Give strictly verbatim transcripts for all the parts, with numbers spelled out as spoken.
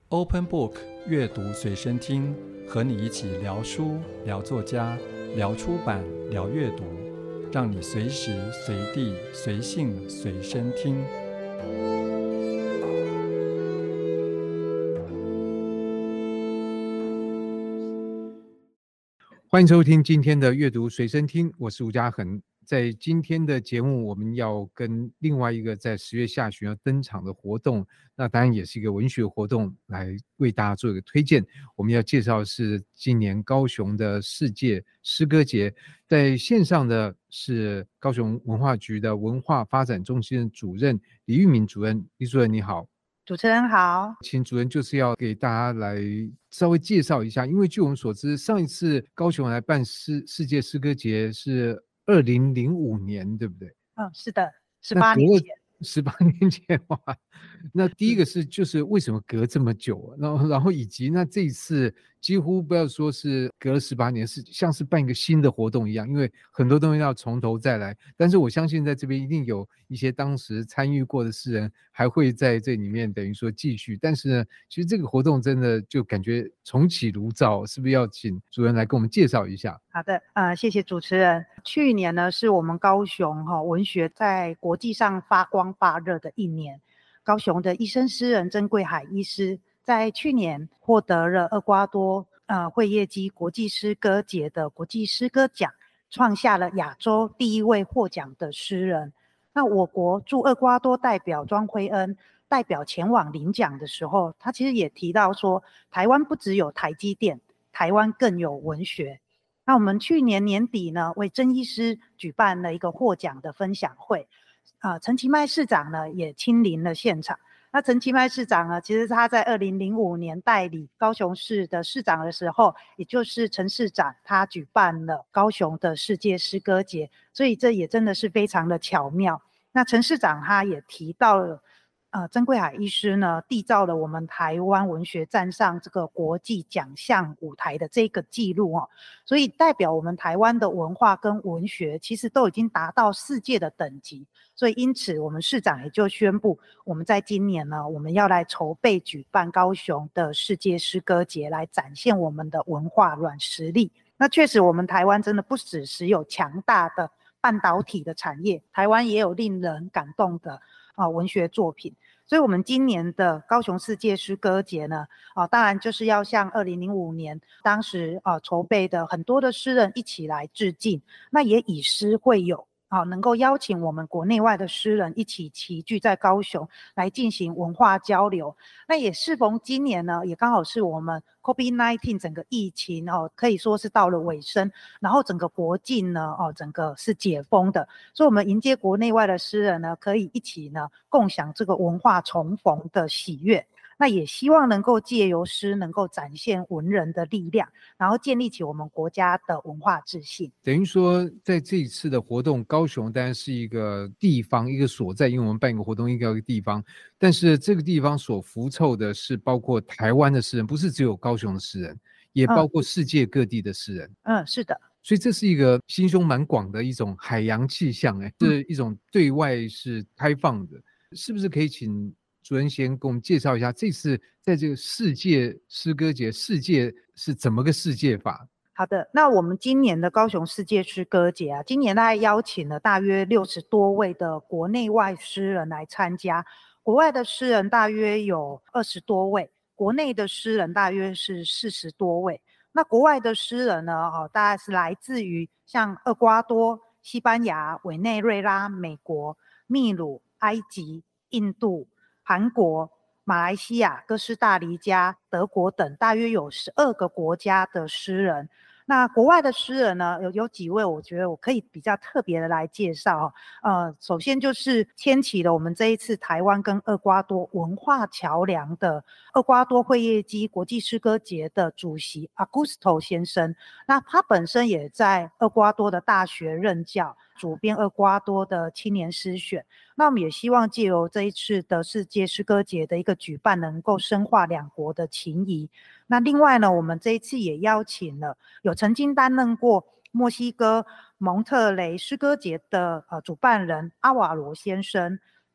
Open Book 阅读随身听，和你一起聊书、聊作家、聊出版、聊阅读，让你随时随地随性随身听。 欢迎收听今天的阅读随身听，我是吴嘉恒。在今天的节目，我们要跟另外一个在十月下旬要登场的活动，那当然也是一个文学活动，来为大家做一个推荐。我们要介绍的是今年高雄的世界诗歌节，在线上的是高雄文化局的文化发展中心的主任李玉敏主任。李主任你好。 主持人好。 请主任就是要给大家来稍微介绍一下，因为据我们所知，上一次高雄来办世世界诗歌节是二零零五年，对不对？ 嗯，是的，十八年前。 十八年前哇，那第一个是就是为什么隔这么久啊？然后然后以及那这一次几乎不要说是隔了十八年，是像是办一个新的活动一样，因为很多东西要从头再来。但是我相信在这边一定有一些当时参与过的诗人还会在这里面等于说继续。但是呢，其实这个活动真的就感觉重启炉灶，是不是要请主任来跟我们介绍一下？ 好的，呃，谢谢主持人。去年呢是我们高雄哈、哦、文学在国际上发光发热的一年。高雄的医生诗人曾贵海医师在去年获得了厄瓜多呃会业基国际诗歌节的国际诗歌奖，创下了亚洲第一位获奖的诗人。那我国驻厄瓜多代表庄辉恩代表前往领奖的时候，他其实也提到说，台湾不只有台积电，台湾更有文学。那我们去年年底呢，为曾医师举办了一个获奖的分享会，啊、呃，陈其迈市长呢也亲临了现场。那陈其迈市长呢，其实他在二零零五年代理高雄市的市长的时候，也就是陈市长他举办了高雄的世界诗歌节，所以这也真的是非常的巧妙。那陈市长他也提到了。呃，曾贵海医师呢，缔造了我们台湾文学站上这个国际奖项舞台的这个记录哦，所以代表我们台湾的文化跟文学其实都已经达到世界的等级，所以因此我们市长也就宣布，我们在今年呢，我们要来筹备举办高雄的世界诗歌节，来展现我们的文化软实力。那确实，我们台湾真的不只是有强大的半导体的产业，台湾也有令人感动的啊、文学作品。所以我们今年的高雄世界诗歌节呢，啊，当然就是要向二零零五年当时啊筹备的很多的诗人一起来致敬。那也以诗会友啊，能够邀请我们国内外的诗人一起齐聚在高雄来进行文化交流。那也适逢今年呢，也刚好是我们 COVID 十九 整个疫情哦，可以说是到了尾声，然后整个国境呢哦，整个是解封的，所以我们迎接国内外的诗人呢，可以一起呢共享这个文化重逢的喜悦。那也希望能够借由诗能够展现文人的力量，然后建立起我们国家的文化自信。 等于说在这一次的活动，高雄当然是一个地方一个所在，因为我们办一个活动一个地方，但是这个地方所辐凑的是包括台湾的诗人，不是只有高雄的诗人，也包括世界各地的诗人。 嗯，是的。 所以这是一个心胸蛮广的一种海洋气象，哎，是一种对外是开放的。是不是可以请主任先给我们介绍一下，这次在这个世界诗歌节，世界是怎么个世界法？ 好的，那我们今年的高雄世界诗歌节啊，今年大概邀请了大约六十多位的国内外诗人来参加，国外的诗人大约有二十多位，国内的诗人大约是四十多位。那国外的诗人呢，哦，大概是来自于像厄瓜多、西班牙、委内瑞拉、美国、秘鲁、埃及、印度、韩国、马来西亚、哥斯达黎加、德国等，大约有十二个国家的诗人。那国外的诗人呢，有有几位我觉得我可以比较特别的来介绍。呃，首先就是牵起了我们这一次台湾跟厄瓜多文化桥梁的厄瓜多会业基国际诗歌节的主席 Augusto 先生。那他本身也在厄瓜多的大学任教，主编厄瓜多的青年诗选。那我们也希望借由这一次的世界诗歌节的一个举办，能够深化两国的情谊。那另外呢，我们这一次也邀请了有曾经担任过墨西哥蒙特雷诗歌节的呃主办人阿瓦罗先生，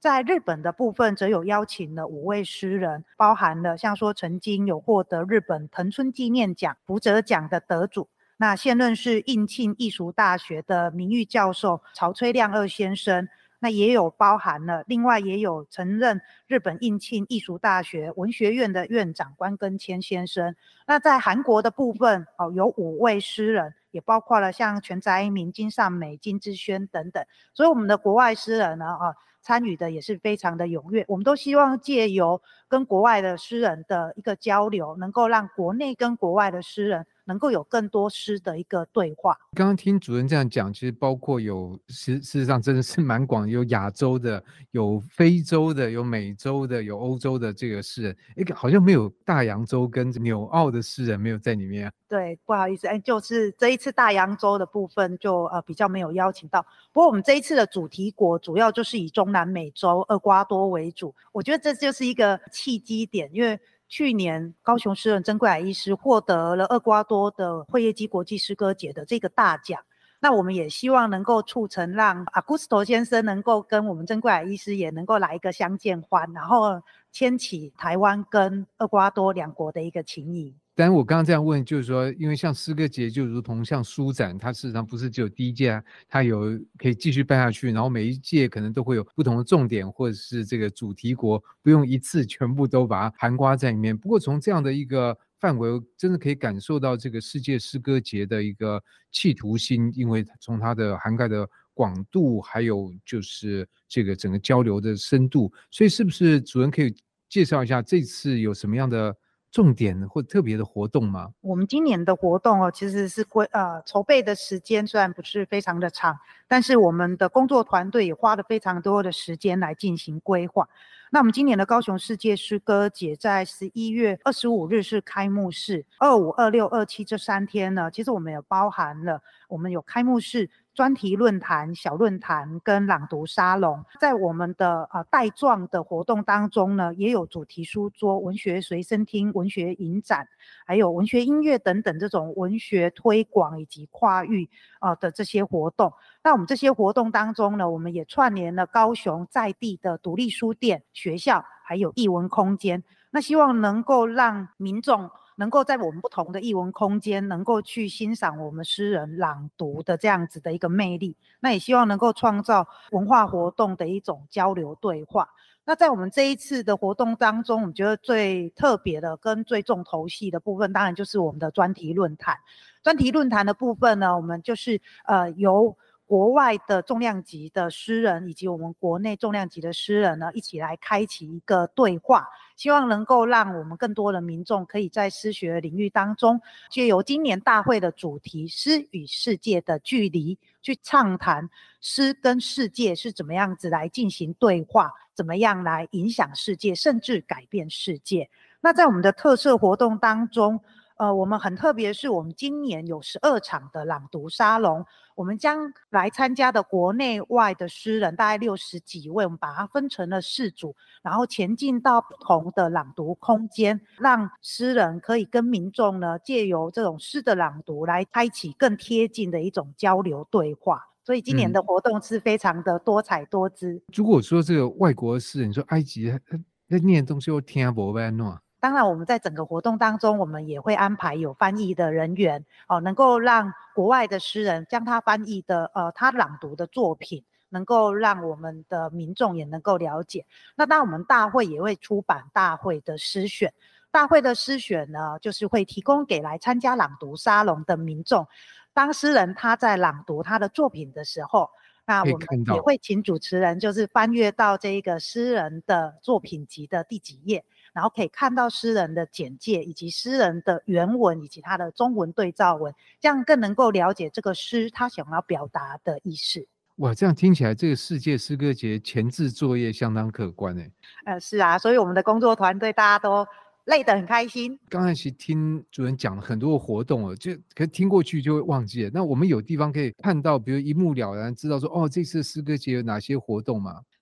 在日本的部分则有邀请了五位诗人，包含了像说曾经有获得日本藤村纪念奖、福泽奖的得主，那现任是应庆艺术大学的名誉教授曹崔亮二先生，那也有包含了，另外也有曾任日本应庆艺术大学文学院的院长关根谦先生。那在韩国的部分、哦、有五位诗人，也包括了像全宅明、金善美、金智轩等等，所以我们的国外诗人呢、啊、参与的也是非常的踊跃。我们都希望借由跟国外的诗人的一个交流，能够让国内跟国外的诗人能够有更多诗的一个对话。 刚刚听主任这样讲，其实包括有事事实上真的是蛮广，有亚洲的，有非洲的，有美洲的，有欧洲的这个诗人，诶，好像没有大洋洲跟纽澳的诗人没有在里面啊。 对，不好意思，哎，就是这一次大洋洲的部分就呃比较没有邀请到。不过我们这一次的主题国主要就是以中南美洲厄瓜多为主，我觉得这就是一个契机点，因为去年高雄诗人曾贵海医师获得了厄瓜多的惠业基国际诗歌节的这个大奖。那我们也希望能够促成让阿古斯托先生能够跟我们曾贵海医师也能够来一个相见欢，然后牵起台湾跟厄瓜多两国的一个情谊。 但我刚刚这样问，就是说，因为像诗歌节就如同像书展，它事实上不是只有第一届啊，它有可以继续办下去，然后每一届可能都会有不同的重点或者是这个主题国，不用一次全部都把它涵盖在里面。不过从这样的一个范围，真的可以感受到这个世界诗歌节的一个企图心，因为从它的涵盖的广度，还有就是这个整个交流的深度，所以是不是主任可以介绍一下这次有什么样的重点或特别的活动吗？ 我们今年的活动哦，其实是规呃筹备的时间虽然不是非常的长，但是我们的工作团队也花了非常多的时间来进行规划。那我们今年的高雄世界诗歌节在十一月二十五日是开幕式，二五、二六、二七这三天呢，其实我们也包含了我们有开幕式、专题论坛、小论坛跟朗读沙龙。在我们的呃带状的活动当中呢，也有主题书桌、文学随身听、文学影展，还有文学音乐等等这种文学推广以及跨域呃的这些活动。那我们这些活动当中呢，我们也串联了高雄在地的独立书店、学校还有艺文空间，那希望能够让民众能够在我们不同的艺文空间能够去欣赏我们诗人朗读的这样子的一个魅力，那也希望能够创造文化活动的一种交流对话。那在我们这一次的活动当中，我们觉得最特别的跟最重头戏的部分当然就是我们的专题论坛。专题论坛的部分呢，我们就是呃由国外的重量级的诗人以及我们国内重量级的诗人呢，一起来开启一个对话，希望能够让我们更多的民众可以在诗学领域当中，借由今年大会的主题诗与世界的距离，去畅谈诗跟世界是怎么样子来进行对话，怎么样来影响世界，甚至改变世界。那在我们的特色活动当中，呃，我们很特别是我们今年有十二场的朗读沙龙，我们将来参加的国内外的诗人大概六十几位，我们把它分成了四组，然后前进到不同的朗读空间，让诗人可以跟民众呢借由这种诗的朗读来开启更贴近的一种交流对话。所以今年的活动是非常的多彩多姿。 嗯、如果说这个外国诗人，你说埃及他他念的东西又听不懂怎么办？ 当然我们在整个活动当中，我们也会安排有翻译的人员、哦、能够让国外的诗人将他翻译的呃他朗读的作品能够让我们的民众也能够了解。那当然我们大会也会出版大会的诗选，大会的诗选呢，就是会提供给来参加朗读沙龙的民众，当诗人他在朗读他的作品的时候，那我们也会请主持人就是翻阅到这个诗人的作品集的第几页，然后可以看到诗人的简介以及诗人的原文以及他的中文对照文，这样更能够了解这个诗他想要表达的意思。 哇，这样听起来这个世界诗歌节前置作业相当可观耶。 呃，是啊，所以我们的工作团队大家都累得很开心。 刚才其实听主任讲了很多的活动哦，就可听过去就会忘记了。那我们有地方可以看到，比如一目了然知道说，哦，这次诗歌节有哪些活动吗？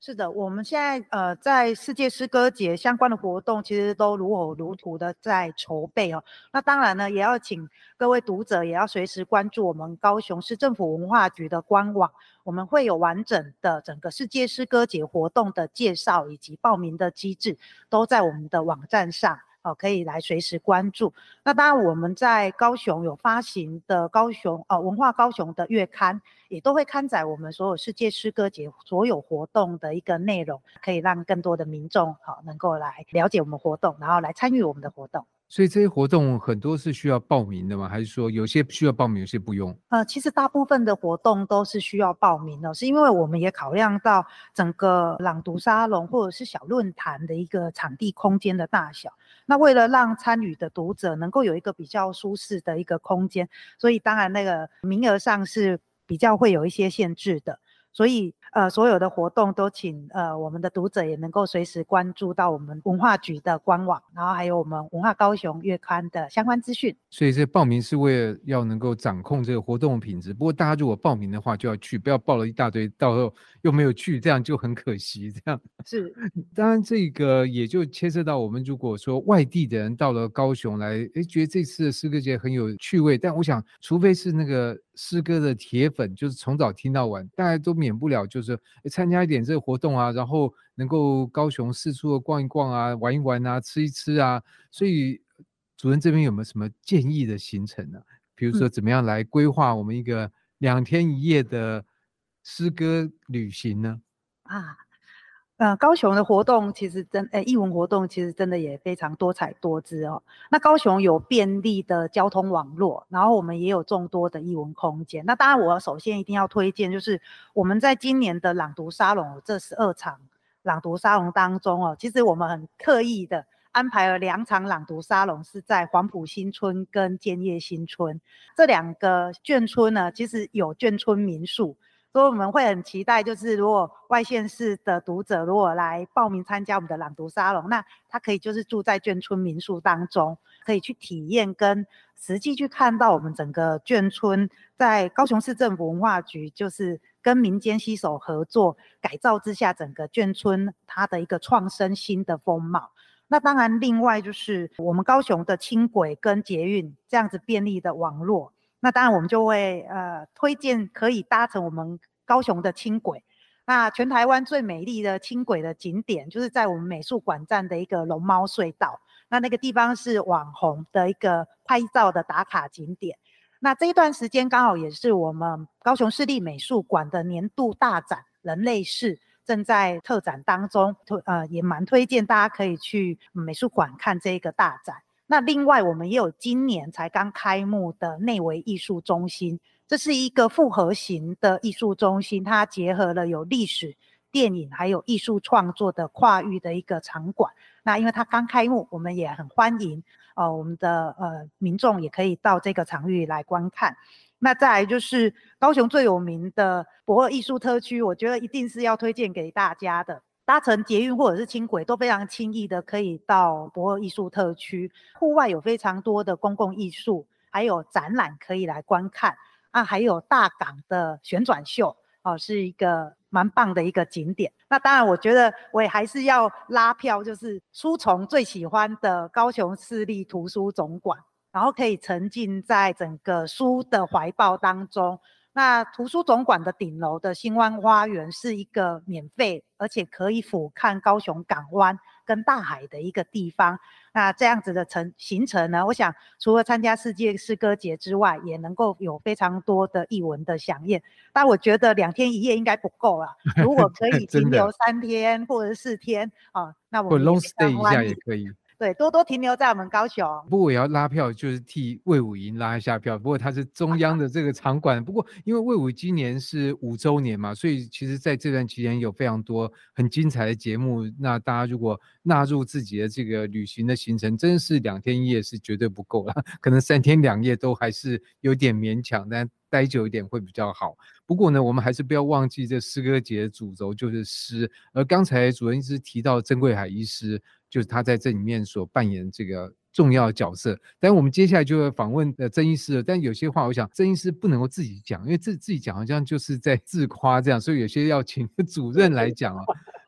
是的，我们现在呃在世界诗歌节相关的活动，其实都如火如荼的在筹备哦。那当然呢，也要请各位读者也要随时关注我们高雄市政府文化局的官网，我们会有完整的整个世界诗歌节活动的介绍以及报名的机制，都在我们的网站上。哦，可以来随时关注。那当然，我们在高雄有发行的高雄呃文化高雄的月刊，也都会刊载我们所有世界诗歌节所有活动的一个内容，可以让更多的民众好、哦、能够来了解我们活动，然后来参与我们的活动。 所以这些活动很多是需要报名的吗？还是说有些需要报名，有些不用？ 呃，其实大部分的活动都是需要报名的，是因为我们也考量到整个朗读沙龙或者是小论坛的一个场地空间的大小。那为了让参与的读者能够有一个比较舒适的一个空间，所以当然那个名额上是比较会有一些限制的。所以呃，所有的活动都请呃我们的读者也能够随时关注到我们文化局的官网，然后还有我们文化高雄月刊的相关资讯。 所以这报名是为了要能够掌控这个活动的品质。不过大家如果报名的话就要去，不要报了一大堆，到时候又没有去，这样就很可惜。这样是， 当然这个也就牵涉到我们如果说外地的人到了高雄来，诶觉得这次的诗歌节很有趣味，但我想除非是那个诗歌的铁粉，就是从早听到晚，大家都免不了就是参加一点这个活动啊，然后能够高雄四处逛一逛啊，玩一玩啊，吃一吃啊。所以主任这边有没有什么建议的行程呢？比如说怎么样来规划我们一个两天一夜的诗歌旅行呢？ 啊，呃，高雄的活动其实真，呃，艺文活动其实真的也非常多彩多姿哦。那高雄有便利的交通网络，然后我们也有众多的艺文空间。那当然，我首先一定要推荐，就是我们在今年的朗读沙龙这十二场朗读沙龙当中哦，其实我们很刻意的安排了两场朗读沙龙，是在黄埔新村跟建业新村这两个眷村呢，其实有眷村民宿。所以我们会很期待，就是如果外县市的读者如果来报名参加我们的朗读沙龙，那他可以就是住在眷村民宿当中，可以去体验跟实际去看到我们整个眷村在高雄市政府文化局就是跟民间携手合作改造之下，整个眷村它的一个创生新的风貌。那当然另外就是我们高雄的轻轨跟捷运这样子便利的网络，那当然我们就会呃推荐可以搭乘我们高雄的轻轨。那全台湾最美丽的轻轨的景点就是在我们美术馆站的一个龙猫隧道，那那个地方是网红的一个拍照的打卡景点。那这一段时间刚好也是我们高雄市立美术馆的年度大展人类世正在特展当中，呃，也蛮推荐大家可以去美术馆看这个大展。那另外我们也有今年才刚开幕的内惟艺术中心，这是一个复合型的艺术中心，它结合了有历史、电影还有艺术创作的跨域的一个场馆。那因为它刚开幕，我们也很欢迎呃我们的呃民众也可以到这个场域来观看。那再来就是高雄最有名的駁二艺术特区，我觉得一定是要推荐给大家的。搭乘捷运或者是轻轨都非常轻易的可以到駁二艺术特区，户外有非常多的公共艺术还有展览可以来观看啊，还有大港的旋转秀哦，是一个蛮棒的一个景点。那当然我觉得我也还是要拉票，就是书虫最喜欢的高雄市立图书总馆，然后可以沉浸在整个书的怀抱当中。那图书总馆的顶楼的新湾花园是一个免费而且可以俯瞰高雄港湾跟大海的一个地方。那这样子的程行程呢，我想除了参加世界诗歌节之外，也能够有非常多的艺文的飨宴。但我觉得两天一夜应该不够啦，如果可以停留三天或者四天啊，那我们也 long stay 一下也可以。 对，多多停留在我们高雄。 不过我也要拉票，就是替卫武营拉一下票。不过它是中央的这个场馆，不过因为卫武今年是五周年嘛，所以其实在这段期间有非常多很精彩的节目。那大家如果纳入自己的这个旅行的行程，真是两天一夜是绝对不够了，可能三天两夜都还是有点勉强，但待久一点会比较好。不过呢，我们还是不要忘记这诗歌节的主轴就是诗，而刚才主任医师提到曾贵海医师，就是他在这里面所扮演这个重要的角色。但我们接下来就会访问呃曾医师了，但有些话我想曾医师不能够自己讲，因为自自己讲好像就是在自夸这样，所以有些要请主任来讲啊。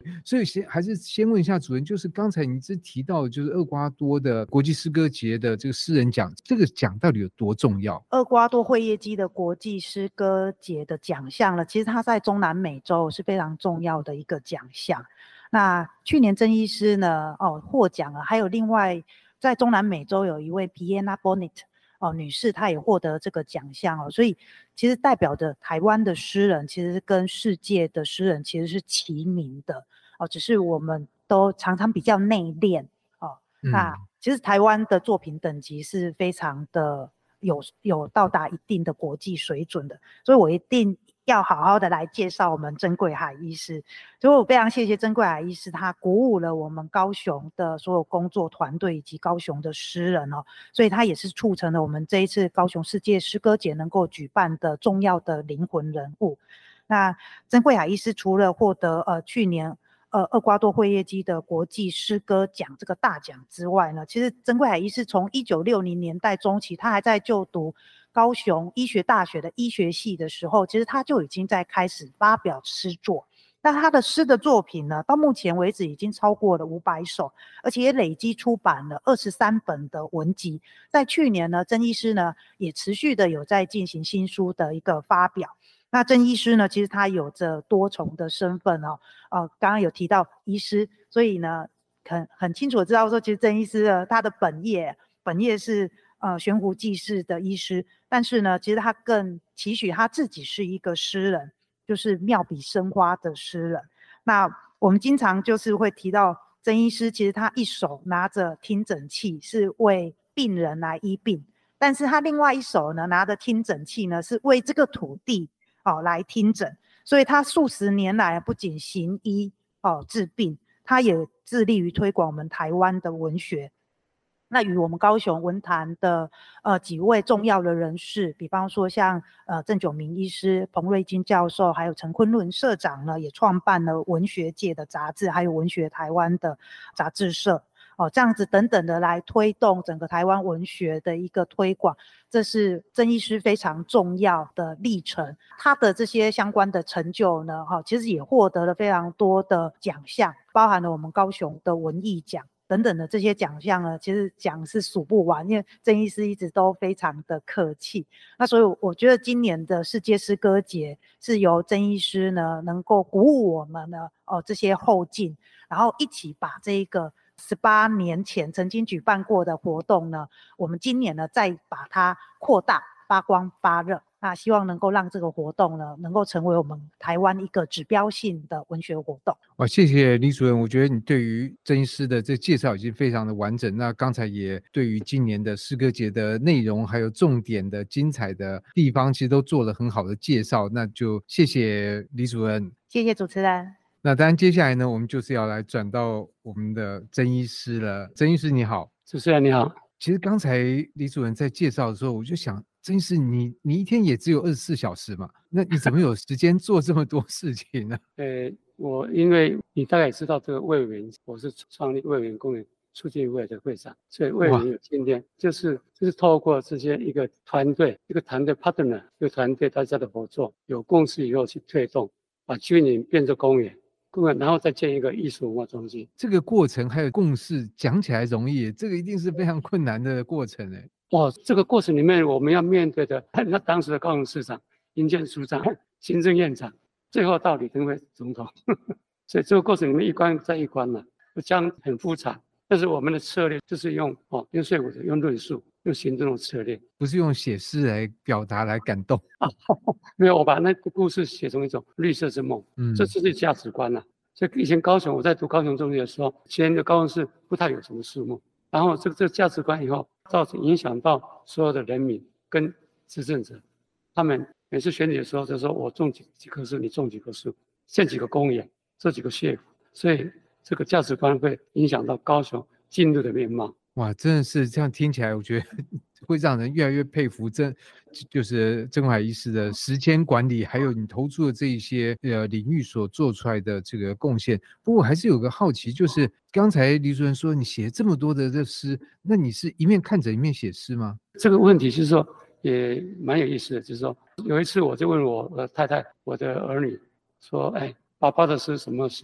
所以先还是先问一下主任，就是刚才你只提到就是厄瓜多的国际诗歌节的这个诗人奖，这个奖到底有多重要？ 厄瓜多会业基的国际诗歌节的奖项呢，其实它在中南美洲是非常重要的一个奖项。那去年曾医师呢，哦获奖了，还有另外在中南美洲有一位 Piena Bonnet 哦女士，她也获得这个奖项哦，所以其实代表着台湾的诗人其实跟世界的诗人其实是齐名的哦，只是我们都常常比较内敛哦。嗯、那其实台湾的作品等级是非常的有有到达一定的国际水准的，所以我一定要好好的来介绍我们曾贵海医师。所以我非常谢谢曾贵海医师，他鼓舞了我们高雄的所有工作团队以及高雄的诗人哦，所以他也是促成了我们这一次高雄世界诗歌节能够举办的重要的灵魂人物。那曾贵海医师除了获得呃去年呃，厄瓜多会业基的国际诗歌奖这个大奖之外呢，其实曾贵海医师从一九六零年代中期，他还在就读高雄医学大学的医学系的时候，其实他就已经在开始发表诗作。那他的诗的作品呢，到目前为止已经超过了五百首，而且也累积出版了二十三本的文集。在去年呢，曾医师呢也持续的有在进行新书的一个发表。那曾医师呢，其实他有着多重的身份哦，呃，刚刚有提到医师，所以呢，很很清楚的知道说，其实曾医师呢，他的本业本业是呃悬壶济世的医师，但是呢，其实他更期许他自己是一个诗人，就是妙笔生花的诗人。那我们经常就是会提到曾医师，其实他一手拿着听诊器是为病人来医病，但是他另外一手呢拿着听诊器呢是为这个土地哦，来听诊，所以他数十年来不仅行医哦治病，他也致力于推广我们台湾的文学。那与我们高雄文坛的呃几位重要的人士，比方说像呃郑九明医师、彭瑞金教授，还有陈昆仑社长呢，也创办了文学界的杂志，还有文学台湾的杂志社。哦，这样子等等的来推动整个台湾文学的一个推广，这是曾医师非常重要的历程。他的这些相关的成就呢，哈，其实也获得了非常多的奖项，包含了我们高雄的文艺奖等等的这些奖项呢，其实奖是数不完，因为曾医师一直都非常的客气。那所以我觉得今年的世界诗歌节是由曾医师呢能够鼓舞我们呢，哦这些后进，然后一起把这一个十八年前曾经举办过的活动呢，我们今年呢再把它扩大，发光发热。那希望能够让这个活动呢，能够成为我们台湾一个指标性的文学活动。 哇，谢谢李主任，我觉得你对于曾医师的这介绍已经非常的完整。那刚才也对于今年的诗歌节的内容，还有重点的精彩的地方，其实都做了很好的介绍。那就谢谢李主任， 谢谢主持人。 那当然，接下来呢，我们就是要来转到我们的曾医师了。曾医师你好。 主持人你好。 其实刚才李主任在介绍的时候，我就想，曾医师你你一天也只有二十四小时嘛，那你怎么有时间做这么多事情呢？ 呃，我因为你大概也知道这个卫园，我是创立卫园公园促进会的会长，所以卫园有今天就是就是透过这些一个团队一个团队 partner 一个团队大家的合作，有共识以后去推动，把居民变成公园。然后再建一个艺术文化中心， 这个过程还有共识，讲起来容易，这个一定是非常困难的过程哎。 哇，这个过程里面我们要面对的，那当时的高雄市长、营建署长、行政院长，最后到李登辉总统，所以这个过程里面一关再一关嘛，将很复杂。但是我们的策略就是用哦，用说服的，用论述，用行动的策略， 不是用写诗来表达来感动啊。没有，我把那个故事写成一种绿色之梦，嗯，这就是价值观了、啊。所以以前高雄我在读高雄中学的时候，前的高雄市不太有什么树木，然后这个这个价值观以后造成影响到所有的人民跟执政者，他们每次选举的时候就说我种几几棵树，你种几棵树，建几个公园，做几个血府，所以这个价值观会影响到高雄进入的面貌。 哇，真的是这样听起来，我觉得会让人越来越佩服曾就是曾海医师的时间管理，还有你投注的这一些呃领域所做出来的这个贡献。不过还是有个好奇，就是刚才李主任说你写这么多的这诗，那你是一面看着一面写诗吗？ 这个问题就是说也蛮有意思的，就是说有一次我就问我的太太、我的儿女说：“哎，爸爸的诗什么写的？”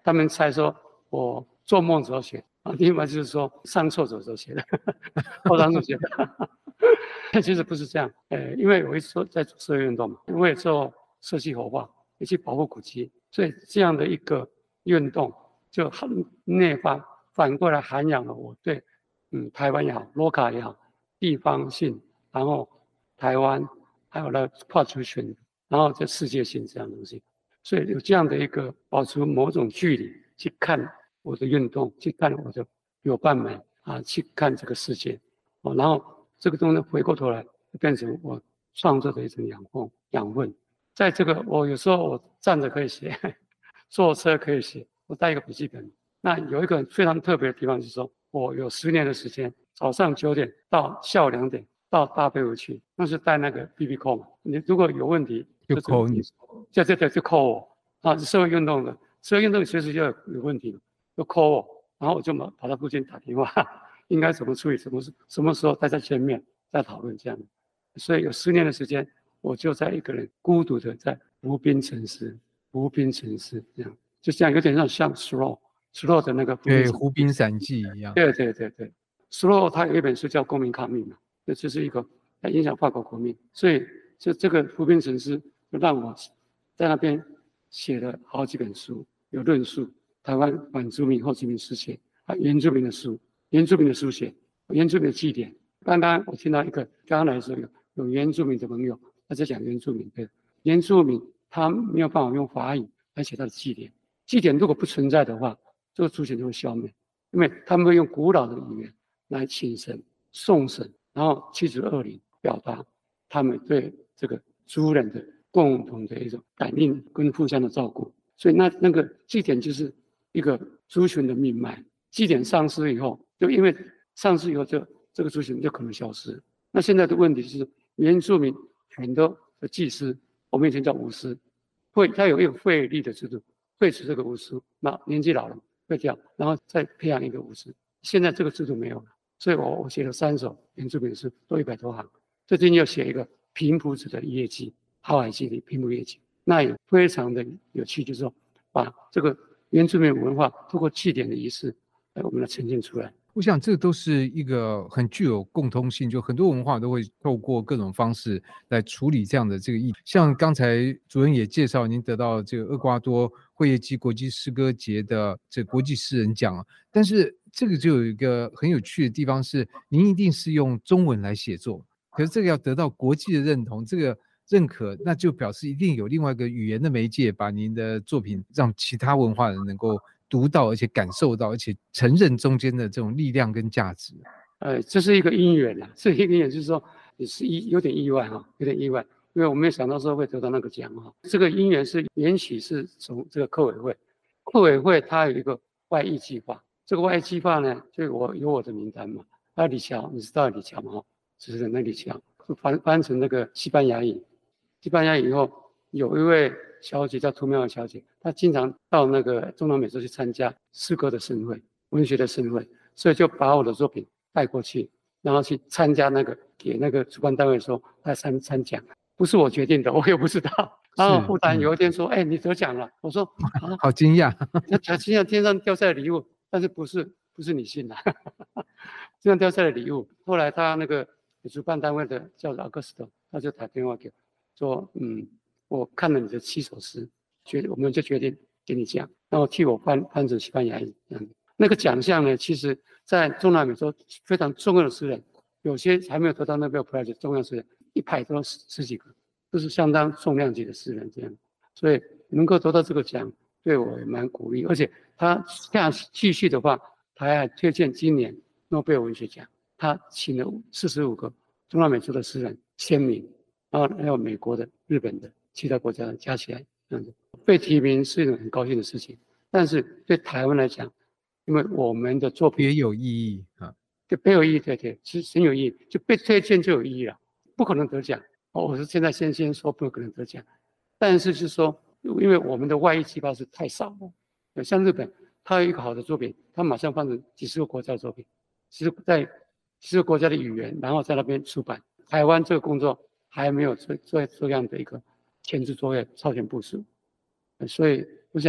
他们猜说我做梦时候写啊，另外就是说上厕所时候写的，后上厕所写的。其实不是这样，呃，因为我一直说在做社会运动嘛，我也做社区活化，也去保护古迹，所以这样的一个运动就很内发，反过来涵养了我对嗯台湾也好 ，local 也好，地方性，然后台湾还有那跨族群，然后这世界性这样的东西，所以有这样的一个保持某种距离去看我的运动，去看我的友伴们啊，去看这个世界，哦，然后这个东西回过头来变成我创作的一种养分养分。在这个我有时候我站着可以写，坐车可以写，我带一个笔记本。那有一个非常特别的地方就是说，我有十年的时间，早上九点到下午两点到大飞湖去，那是带那个 B B call 嘛，你如果有问题就 call 你， 就就就就 call 我啊，社会运动的，社会运动随时就有有问题，就 call 我，然后我就跑到附近打电话，应该怎么处理，什么什么时候大家见面再讨论这样。所以有十年的时间，我就在一个人孤独的在无边城市，无边城市这样，就这样有点像像 slow slow 的那个对湖滨散记一样。 对对对对 ，slow 他有一本书叫《公民抗命》嘛，这就是一个影响法国国民，所以就这个湖滨城市就让我在那边写了好几本书，有论述台湾反殖民后殖民史写，啊原住民的书，原住民的书写，原住民的祭典。刚刚我听到一个刚刚来的时候有有原住民的朋友，他在讲原住民的原住民，他没有办法用法语来写他的祭典，祭典如果不存在的话，这个族群就会消灭，因为他们会用古老的语言来请神、送神，然后七十二灵表达他们对这个族人的共同的一种感应跟互相的照顾，所以那那个祭典就是一个族群的命脉。祭典丧失以后，就因为丧失以后就。这个族群就可能消失。那现在的问题是，原住民很多的祭司，我们以前叫巫师，会他有一个废立的制度，废除这个巫师，那年纪老了废掉，然后再培养一个巫师。现在这个制度没有了，所以我我写了三首原住民诗，都一百多行。最近又写一个平埔子的业绩，浩海记的平埔业绩，那也非常的有趣，就是说把这个原住民文化通过祭典的仪式，来我们来呈现出来。 我想这都是一个很具有共通性，就很多文化都会透过各种方式来处理这样的这个议题。像刚才主任也介绍，您得到这个厄瓜多会业基国际诗歌节的这国际诗人奖，但是这个就有一个很有趣的地方是，您一定是用中文来写作，可是这个要得到国际的认同，这个认可，那就表示一定有另外一个语言的媒介，把您的作品让其他文化人能够读到，而且感受到，而且承认中间的这种力量跟价值。 呃，这是一个因缘啊，这一个因缘就是说也是一有点意外哈，有点意外，因为我没有想到说会得到那个奖哈。这个因缘是缘起是从这个客委会，客委会它有一个外溢计划，这个外溢计划呢，就我有我的名单嘛，还有李乔，你知道李乔吗？哈，就是那李乔，翻翻成那个西班牙语，西班牙语以后有一位小姐叫涂妙小姐，她经常到那个中南美洲去参加诗歌的盛会、文学的盛会，所以就把我的作品带过去，然后去参加那个给那个主办单位说他参参奖，不是我决定的，我也不知道。然后忽然有一天说：“哎、嗯欸，你得奖了！”我说：“啊， 好惊讶！” 那惊讶天上掉下来的礼物，但是不是不是你信的，天上掉下来的礼物。后来他那个主办单位的叫做 Augusto， 他就打电话给我说：“嗯。”我看了你的七首诗，决我们就决定给你奖，然后替我翻翻成西班牙语。嗯，那个奖项呢，其实在中南美洲非常重要的诗人，有些还没有得到诺贝尔 Prize 重要诗人，一排都十十几个，都是相当重量级的诗人这样。所以能够得到这个奖，对我也蛮鼓励。而且他这样继续的话，他还推荐今年诺贝尔文学奖，他请了四十五个中南美洲的诗人签名，然后还有美国的、日本的。其他国家加起来这样子被提名是一种很高兴的事情，但是对台湾来讲，因为我们的作品别有意义啊， 就别有意义，对对，是很有意义，就被推荐就有意义了，不可能得奖。哦，我是现在先先说不可能得奖，但是是说，因为我们的外溢计划是太少了，像日本，它有一个好的作品，它马上翻成几十个国家的作品，其实在几十个国家的语言，然后在那边出版。台湾这个工作还没有做做这样的一个前置作业超前部署，所以我想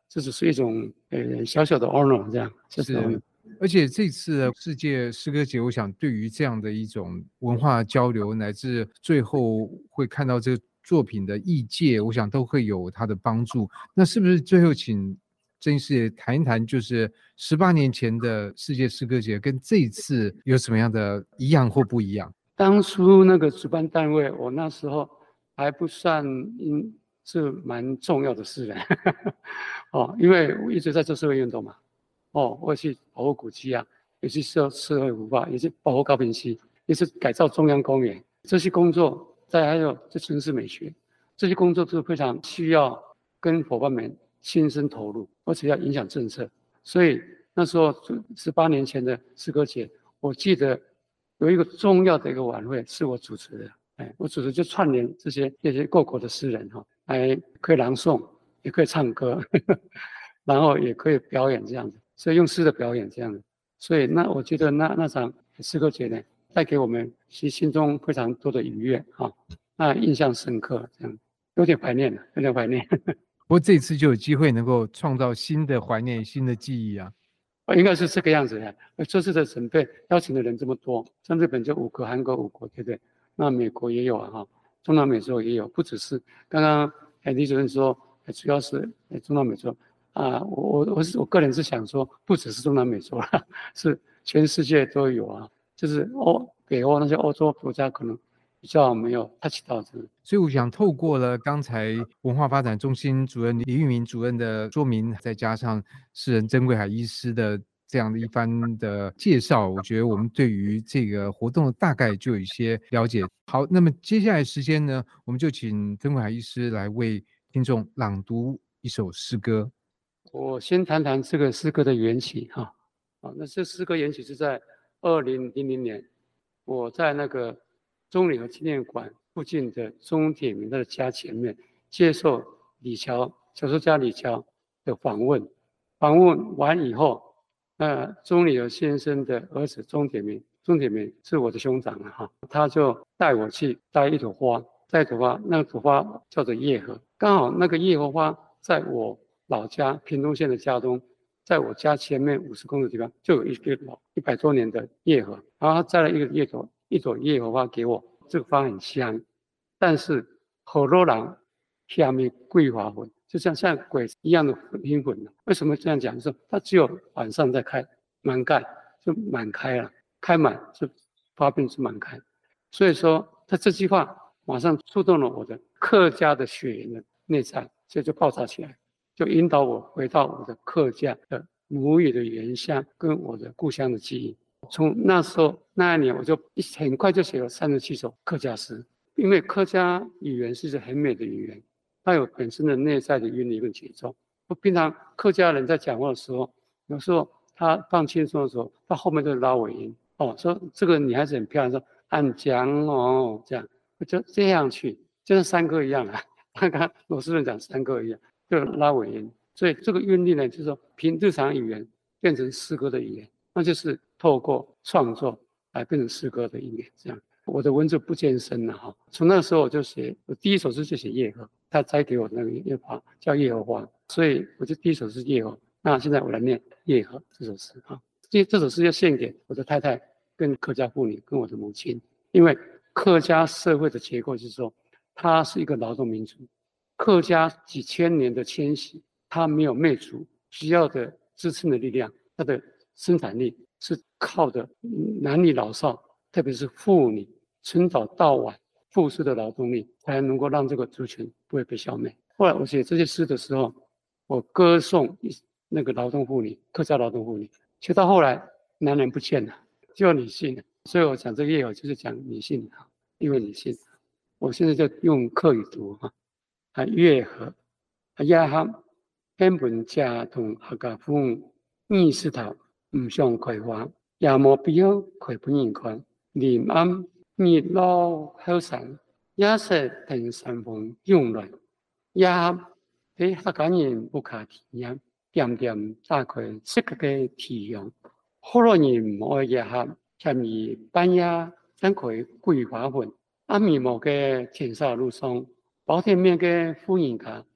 这只是一种呃小小的 honor 这样。 是，而且这次的世界诗歌节，我想对于这样的一种文化交流，乃至最后会看到这个作品的译介，我想都会有它的帮助。那是不是最后请郑医师也谈一谈，就是十八年前的世界诗歌节跟这一次有什么样的一样或不一样？ 当初那个主办单位，我那时候还不算嗯是蛮重要的事人哦，因为我一直在做社会运动嘛，哦，我去保护古迹啊，也去社社会文化，也去保护高屏溪，也是改造中央公园，这些工作，再还有这城市美学，这些工作都是非常需要跟伙伴们亲身投入，而且要影响政策。所以那时候十八年前的诗歌节，我记得有一个重要的一个晚会是我主持的，哎，我主持就串联这些这些各国的诗人哈，还可以朗诵，也可以唱歌，呵呵，然后也可以表演这样子，所以用诗的表演这样子。所以那我觉得那那场诗歌节呢，带给我们心心中非常多的愉悦哈，那印象深刻，这样有点怀念了，有点怀念。 不过这次就有机会能够创造新的怀念、新的记忆啊。 应该是这个样子的。这次的准备邀请的人这么多，像日本就五个，韩国五个，对不对？那美国也有啊，哈，中南美洲也有，不只是刚刚哎李主任说，主要是中南美洲啊。我我我是我个人是想说，不只是中南美洲啦，是全世界都有啊。就是欧北欧那些欧洲国家可能比较没有 touch 到这个。 所以我想透过了刚才文化发展中心主任李玉明主任的说明，再加上诗人曾贵海医师的这样的一番的介绍，我觉得我们对于这个活动大概就有一些了解。好，那么接下来时间呢，我们就请曾贵海医师来为听众朗读一首诗歌。 我先谈谈这个诗歌的缘起哈。啊，那这诗歌缘起是在二零零零年，我在那个中联合纪念馆附近的钟铁明的家前面接受李乔小说家李乔的访问，访问完以后，那钟理和先生的儿子钟铁明，钟铁明是我的兄长了哈，他就带我去摘一朵花，摘一朵花，那朵花叫做叶荷，刚好那个叶荷花在我老家屏东县的家中，在我家前面五十公尺的地方就有一个老一百多年的叶荷，然后他摘了一个叶朵一朵叶荷花给我，这个花很香，但是好多人下面桂花粉，就像像鬼一样的灵魂。为什么这样讲？就是它只有晚上在开，满开就满开了，开满就发病是满开。所以说，他这句话马上触动了我的客家的血缘的内在，所以就爆炸起来，就引导我回到我的客家的母语的原乡跟我的故乡的记忆。从那时候那一年，我就很快就写了三十七首客家诗，因为客家语言是一个很美的语言。它有本身的内在的韵律跟节奏。我平常客家人在讲话的时候，有时候他放轻松的时候，他后面就拉尾音哦，说这个女孩子很漂亮，说俺讲哦这样，就这样去，就像山歌一样啊。刚刚罗诗人讲山歌一样，就拉尾音。所以这个韵律呢，就是说凭日常语言变成诗歌的语言，那就是透过创作来变成诗歌的语言这样。我的文字不艰深了哈，从那时候我就写，我第一首诗就写叶荷，他摘给我的那个叶花叫叶荷花，所以我就第一首诗叶荷。那现在我来念叶荷这首诗哈，这这首诗要献给我的太太跟客家妇女跟我的母亲，因为客家社会的结构就是说，它是一个劳动民族，客家几千年的迁徙，它没有灭族，需要的支撑的力量，它的生产力是靠的男女老少。特别是妇女从早到晚付出的劳动力，才能够让这个族群不会被消灭。后来我写这些诗的时候，我歌颂那个劳动妇女，客家劳动妇女。写到后来，男人不见了，只有女性了。所以我讲这个叶荷就是讲女性哈，因为女性。我现在就用客语读哈，啊叶荷，啊叶荷，根本家同客家妇二十头唔相葵花，也冇必要葵本人看。林暗日落后生，也是等山峰涌来，也对客家人不可体验，点点打开世界的体验。好多人唔爱也合，嫌伊半夜等佢桂花粉，暗暝冇嘅天沙路上，包天面嘅富人家，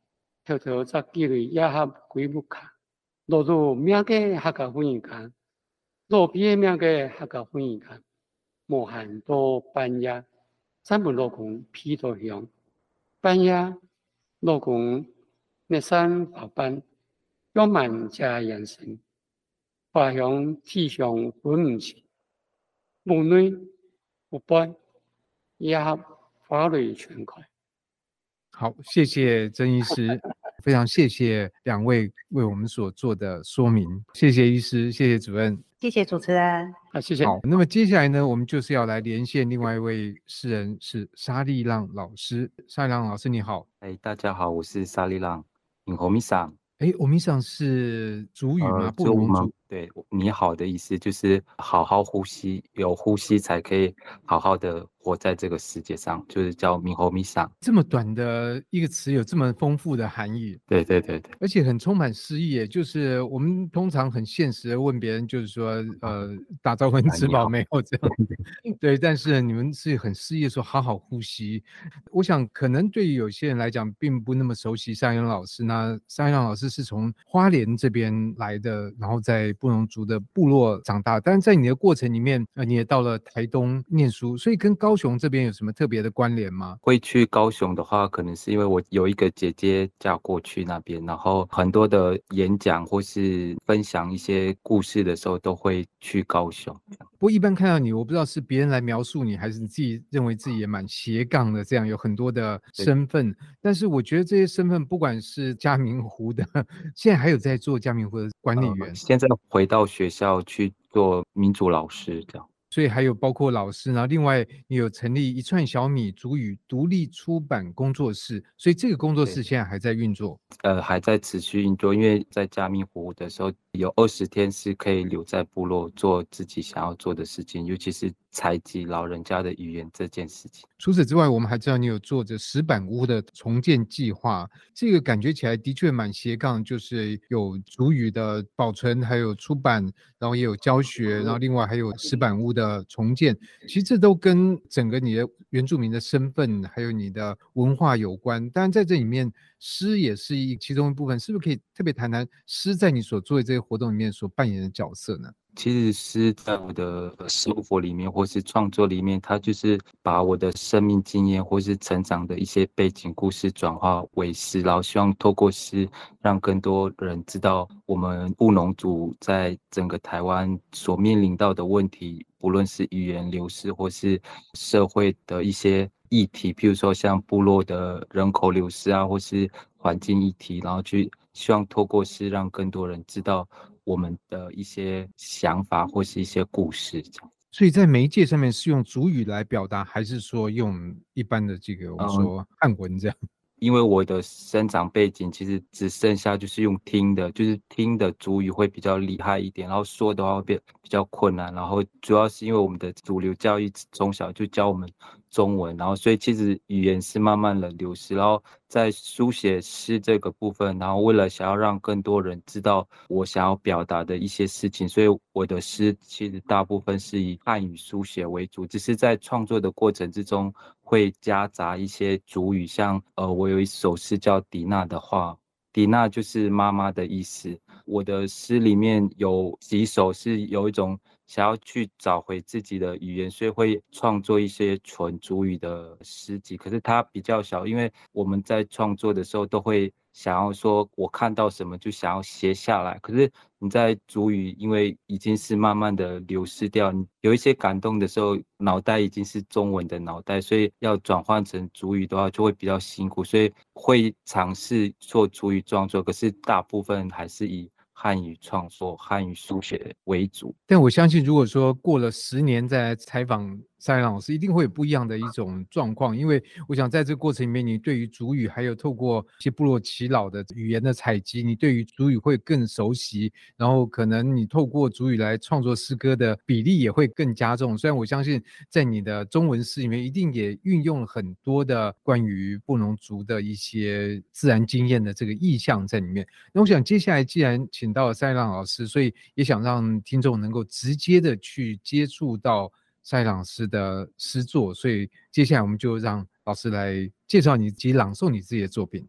条条杂几类野合几木卡，落入命个客家欢迎卡，落皮的命个客家欢迎卡，莫喊多半夜，三本落公披头香，半夜落公热山跑班，拥满加眼神，花香体香分唔清，木内不败，野合花蕊全开。 好，谢谢曾医师，非常谢谢两位为我们所做的说明，谢谢医师，谢谢主任， 谢谢主持人。 啊，谢谢。 好，那么接下来呢，我们就是要来连线另外一位诗人，是沙利浪老师。沙利浪老师你好。 哎，大家好，我是沙利浪，你好，米桑。 哎，欧米桑是族语吗？ 呃， 布农族。 对，你好的意思就是好好呼吸，有呼吸才可以好好的活在这个世界上，就是叫米吼米桑。 这么短的一个词有这么丰富的含义。 对对对对， 而且很充满诗意耶。就是我们通常很现实的问别人，就是说，呃，打招呼吃饱没有这样。对，但是你们是很诗意的说好好呼吸。我想可能对于有些人来讲，并不那么熟悉沙利浪老师。那沙利浪老师是从花莲这边来的，然后在布农族的部落长大，但是在你的过程里面，呃，你也到了台东念书，所以跟高雄这边有什么特别的关联吗？ 会去高雄的话，可能是因为我有一个姐姐嫁过去那边，然后很多的演讲或是分享一些故事的时候，都会去高雄。 不过一般看到你，我不知道是别人来描述你，还是你自己认为自己也蛮斜杠的，这样有很多的身份。但是我觉得这些身份，不管是嘉明湖的，现在还有在做嘉明湖的管理员， 呃、现在回到学校去做民主老师这样。 所以还有包括老师，然后另外你有成立一串小米族语独立出版工作室，所以这个工作室现在还在运作。 呃，还在持续运作，因为在嘉明湖的时候，有二十天是可以留在部落做自己想要做的事情，尤其是采集老人家的语言这件事情。 除此之外，我们还知道你有做着石板屋的重建计划，这个感觉起来的确蛮斜杠，就是有族语的保存，还有出版，然后也有教学，然后另外还有石板屋的重建。其实这都跟整个你的原住民的身份，还有你的文化有关。当然在这里面，诗也是一其中一部分，是不是可以特别谈谈诗在你所做的这些活动里面所扮演的角色呢？ 其实诗在我的生活里面或是创作里面，它就是把我的生命经验或是成长的一些背景故事转化为诗，然后希望透过诗让更多人知道我们布农族在整个台湾所面临到的问题，不论是语言流失或是社会的一些议题，譬如说像部落的人口流失啊，或是环境议题，然后去希望透过诗让更多人知道我们的一些想法或是一些故事这样。 所以在媒介上面是用族语来表达，还是说用一般的这个我们说汉文这样？ 嗯，因为我的生长背景其实只剩下就是用听的，就是听的族语会比较厉害一点，然后说的话会变比较困难，然后主要是因为我们的主流教育从小就教我们中文，然后所以其实语言是慢慢的流失，然后在书写诗这个部分，然后为了想要让更多人知道我想要表达的一些事情，所以我的诗其实大部分是以汉语书写为主，只是在创作的过程之中会夹杂一些族语，像呃我有一首诗叫迪娜的话，迪娜就是妈妈的意思。我的诗里面有几首是有一种想要去找回自己的语言，所以会创作一些纯族语的诗集，可是它比较小，因为我们在创作的时候都会想要说我看到什么就想要写下来，可是你在族语因为已经是慢慢的流失掉，你有一些感动的时候脑袋已经是中文的脑袋，所以要转换成族语的话就会比较辛苦，所以会尝试做族语创作，可是大部分还是以汉语创作、汉语书写为主。 但我相信如果说过了十年再来采访沙利浪老师，一定会有不一样的一种状况，因为我想在这个过程里面，你对于族语还有透过一些部落耆老的语言的采集，你对于族语会更熟悉，然后可能你透过族语来创作诗歌的比例也会更加重。虽然我相信在你的中文诗里面一定也运用了很多的关于布农族的一些自然经验的这个意象在里面。那我想接下来既然请到了沙利浪老师，所以也想让听众能够直接的去接触到沙利浪老师的诗作，所以接下来我们就让老师来介绍你及朗诵你自己的作品。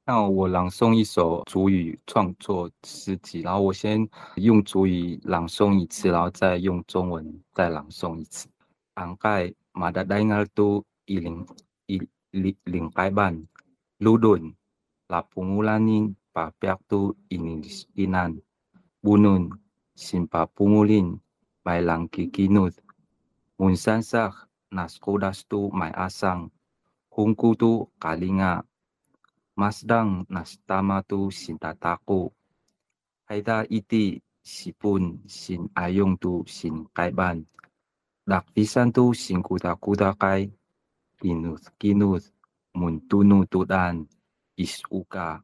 那我朗诵一首族语创作诗集，然后我先用族语朗诵一次，然后再用中文再朗诵一次。Angkai madadaingal tu iling ilingkaiban ludun lapungulanin papiak tu iniskinan bunun simpapungulin bailang kikinud munsansak naskudas tu mai asang hungku tu kalinga Masdang nastama tu sintataku. Haida iti sipun sin ayong tu sin kaiban. Dakpisan tu sin kuda-kuda kai. Kinuth-kinuth muntunu tudan isuka.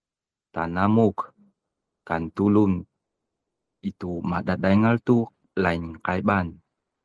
Tanamuk kantulun. Itu madadaingal tu lain kaiban.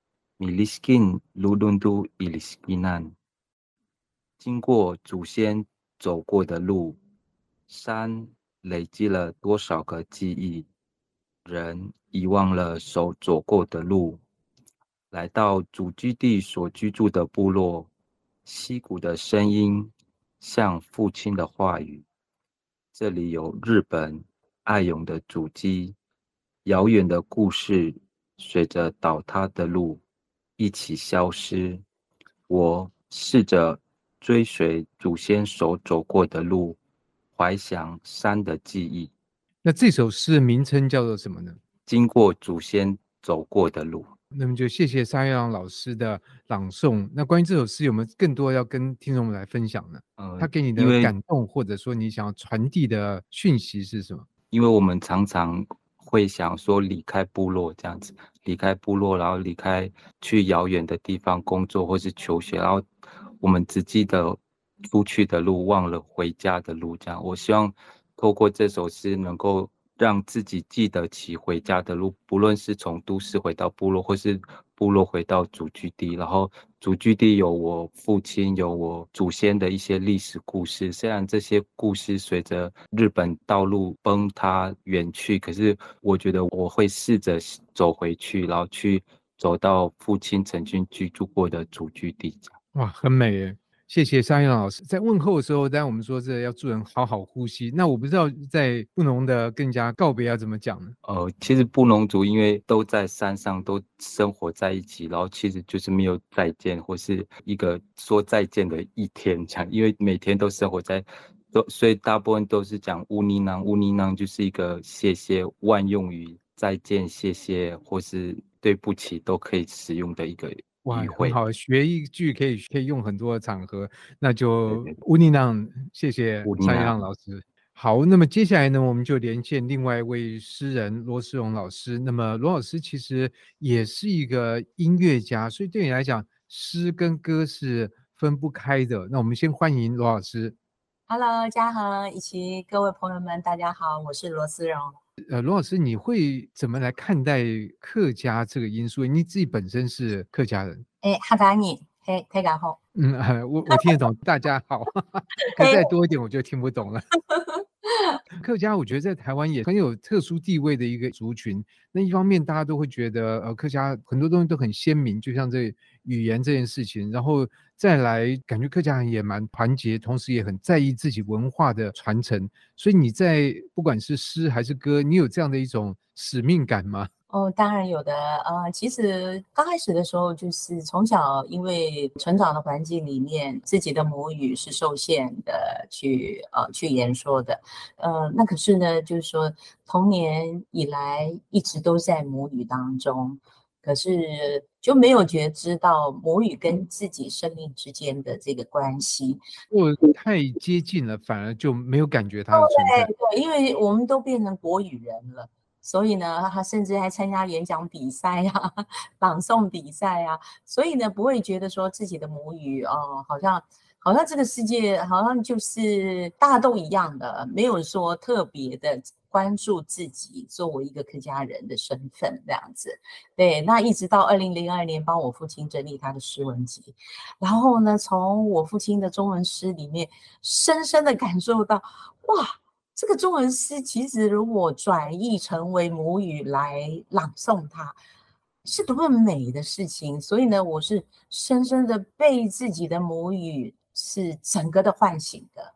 Miliskin ludun tu iliskinan. 经过祖先走过的路，山累积了多少个记忆，人遗忘了手走过的路，来到祖居地所居住的部落，溪谷的声音像父亲的话语。这里有日本爱勇的足迹，遥远的故事随着倒塌的路一起消失。我试着追随祖先手走过的路，怀想山的记忆。 那这首诗的名称叫做什么呢？ 经过祖先走过的路。 那么就谢谢沙月朗老师的朗诵。那关于这首诗有没有更多要跟听众们来分享呢？呃、他给你的感动，或者说你想要传递的讯息是什么？ 因为我们常常会想说离开部落这样子，离开部落，然后离开去遥远的地方工作或是求学，然后我们只记得出去的路，忘了回家的路。这样，我希望透过这首诗能够让自己记得起回家的路，不论是从都市回到部落，或是部落回到祖居地。然后祖居地有我父亲，有我祖先的一些历史故事。虽然这些故事随着日本道路崩塌远去，可是我觉得我会试着走回去，然后去走到父亲曾经居住过的祖居地。 哇，很美耶！谢谢沙月朗老师。在问候的时候，当然我们说这要祝人好好呼吸。那我不知道在布农的更加告别要怎么讲呢？ 呃，其实布农族因为都在山上，都生活在一起，然后其实就是没有再见，或是一个说再见的一天这样，因为每天都生活在，都所以大部分都是讲乌尼囊，乌尼囊就是一个谢谢万用语，再见、谢谢或是对不起都可以使用的一个。 哇，很好，学一句可以可以用很多的场合，那就乌尼囊，谢谢沙月朗老师。好，那么接下来呢，我们就连线另外一位诗人罗思荣老师。那么罗老师其实也是一个音乐家，所以对你来讲，诗跟歌是分不开的。那我们先欢迎罗老师。 Hello， 嘉恒以及各位朋友们，大家好，我是罗思荣。 呃，罗老师，你会怎么来看待客家这个因素？你自己本身是客家人。 哎，客家人，嘿，大家好。 嗯，呃、我我听得懂，大家好。可再多一点，我就听不懂了。客家我觉得在台湾也很有特殊地位的一个族群。那一方面大家都会觉得呃客家很多东西都很鲜明，就像这语言这件事情，然后再来感觉客家人也蛮团结，同时也很在意自己文化的传承。所以你在不管是诗还是歌，你有这样的一种使命感吗？ 哦，当然有的。呃，其实刚开始的时候，就是从小因为成长的环境里面，自己的母语是受限的去呃去言说的。呃，那可是呢，就是说童年以来一直都在母语当中，可是就没有觉知到母语跟自己生命之间的这个关系。 如果太接近了，反而就没有感觉它的存在。 对对，因为我们都变成国语人了。所以呢，他甚至还参加演讲比赛啊、朗诵比赛啊，所以呢，不会觉得说自己的母语哦，好像好像这个世界好像就是大家都一样的，没有说特别的关注自己作为一个客家人的身份这样子。对，那一直到二零零二年帮我父亲整理他的诗文集，然后呢，从我父亲的中文诗里面深深的感受到，哇！这个中文诗其实如果转译成为母语来朗诵它，是多么美的事情。所以呢，我是深深的被自己的母语是整个的唤醒的。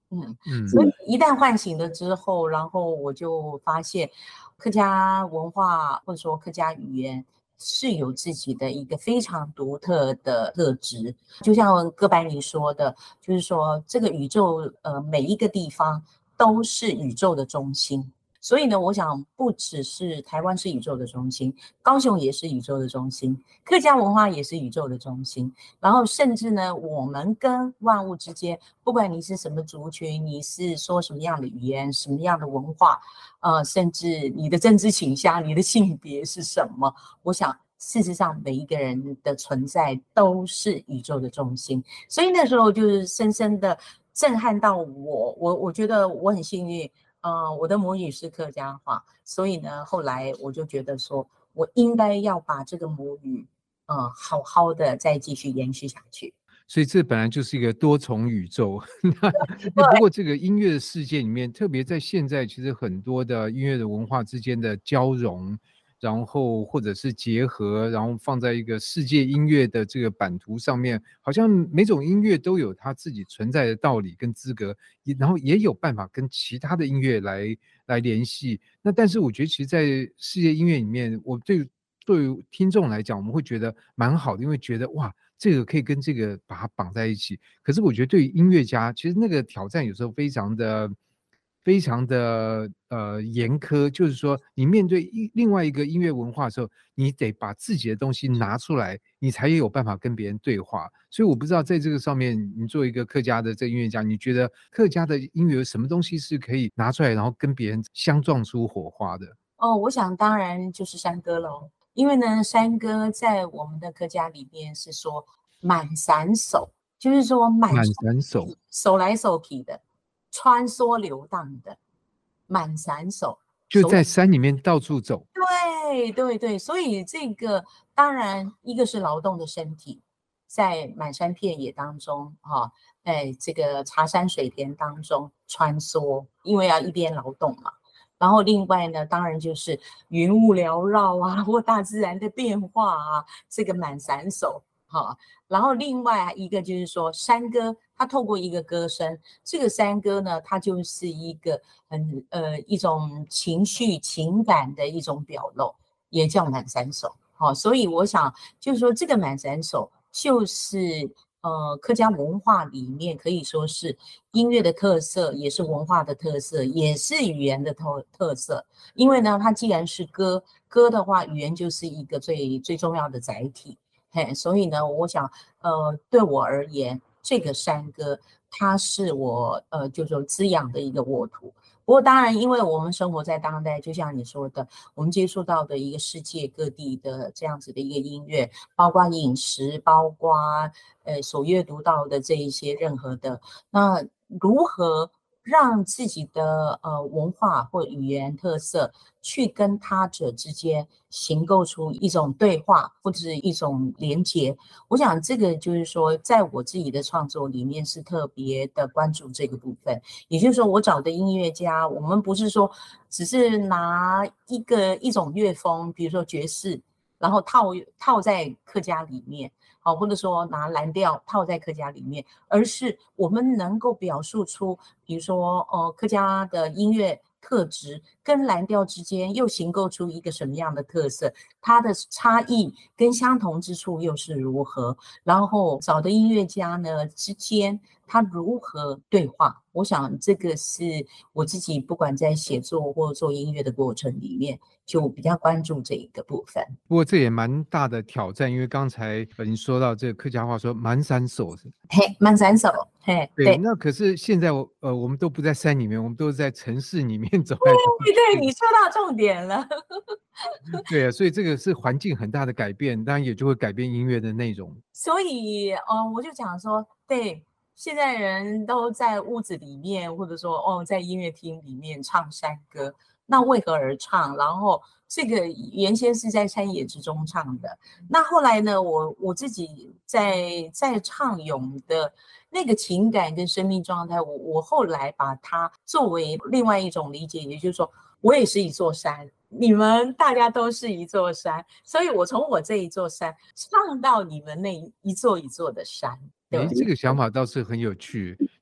嗯嗯，所以一旦唤醒了之后，然后我就发现客家文化或者说客家语言是有自己的一个非常独特的特质。就像哥白尼说的，就是说这个宇宙呃每一个地方都是宇宙的中心。所以呢，我想不只是台湾是宇宙的中心，高雄也是宇宙的中心，客家文化也是宇宙的中心。然后甚至呢，我们跟万物之间，不管你是什么族群，你是说什么样的语言，什么样的文化，呃，甚至你的政治倾向，你的性别是什么，我想事实上每一个人的存在都是宇宙的中心。所以那时候就是深深的震撼到我，我我觉得我很幸运。呃，我的母语是客家话，所以呢，后来我就觉得说，我应该要把这个母语，呃，好好的再继续延续下去。 所以这本来就是一个多重宇宙。那, 那不过这个音乐的世界里面，特别在现在，其实很多的音乐的文化之间的交融，然后或者是结合，然后放在一个世界音乐的这个版图上面，好像每种音乐都有它自己存在的道理跟资格，然后也有办法跟其他的音乐来来联系。那但是我觉得其实在世界音乐里面，我对对于听众来讲，我们会觉得蛮好的，因为觉得哇，这个可以跟这个把它绑在一起。可是我觉得对于音乐家，其实那个挑战有时候非常的非常的呃严苛，就是说你面对一另外一个音乐文化的时候，你得把自己的东西拿出来，你才有办法跟别人对话。所以我不知道在这个上面，你作为一个客家的这个音乐家，你觉得客家的音乐有什么东西是可以拿出来，然后跟别人相撞出火花的？ 哦，我想当然就是山歌喽。因为呢，山歌在我们的客家里面是说满山手，就是说满山手， 手来手去的，穿梭流荡的满山手， 就在山里面到处走。 对对对，所以这个当然一个是劳动的身体，在满山遍野当中哈，在这个茶山水田当中穿梭，因为要一边劳动嘛。然后另外呢，当然就是云雾缭绕啊，或大自然的变化啊，这个满山手哈。然后另外一个就是说山歌，它透过一个歌声，这个山歌呢，它就是一个很呃一种情绪情感的一种表露，也叫满山手。好，所以我想就是说这个满山手就是呃，客家文化里面可以说是音乐的特色，也是文化的特色，也是语言的特特色。因为呢，它既然是歌，歌的话，语言就是一个最最重要的载体。嘿，所以呢，我想，呃，对我而言，这个山歌，它是我呃，就是说滋养的一个沃土。不过当然，因为我们生活在当代，就像你说的，我们接触到的一个世界各地的这样子的一个音乐，包括饮食，包括呃所阅读到的这一些任何的，那如何让自己的呃文化或语言特色去跟他者之间形构出一种对话或者是一种连结，我想这个就是说在我自己的创作里面是特别的关注这个部分。也就是说我找的音乐家，我们不是说只是拿一个一种乐风，比如说爵士，然后套套在客家里面，好，或者说拿蓝调套在客家里面，而是我们能够表述出，比如说呃客家的音乐特质跟蓝调之间又形构出一个什么样的特色，它的差异跟相同之处又是如何，然后找的音乐家呢之间他如何对话，我想这个是我自己不管在写作或做音乐的过程里面就比较关注这一个部分。 不过这也蛮大的挑战，因为刚才您说到这个客家话说满山手， 嘿，满山手，嘿， 对，那可是现在我呃我们都不在山里面，我们都是在城市里面走来走去。对对，你说到重点了。 对啊，所以这个是环境很大的改变，当然也就会改变音乐的内容。 所以呃我就讲说，对，现在人都在屋子里面，或者说哦在音乐厅里面唱山歌，那为何而唱？然后这个原先是在山野之中唱的，那后来呢，我我自己在在唱咏的那个情感跟生命状态，我我后来把它作为另外一种理解，也就是说我也是一座山，你们大家都是一座山，所以我从我这一座山唱到你们那一座一座的山。 哎，这个想法倒是很有趣，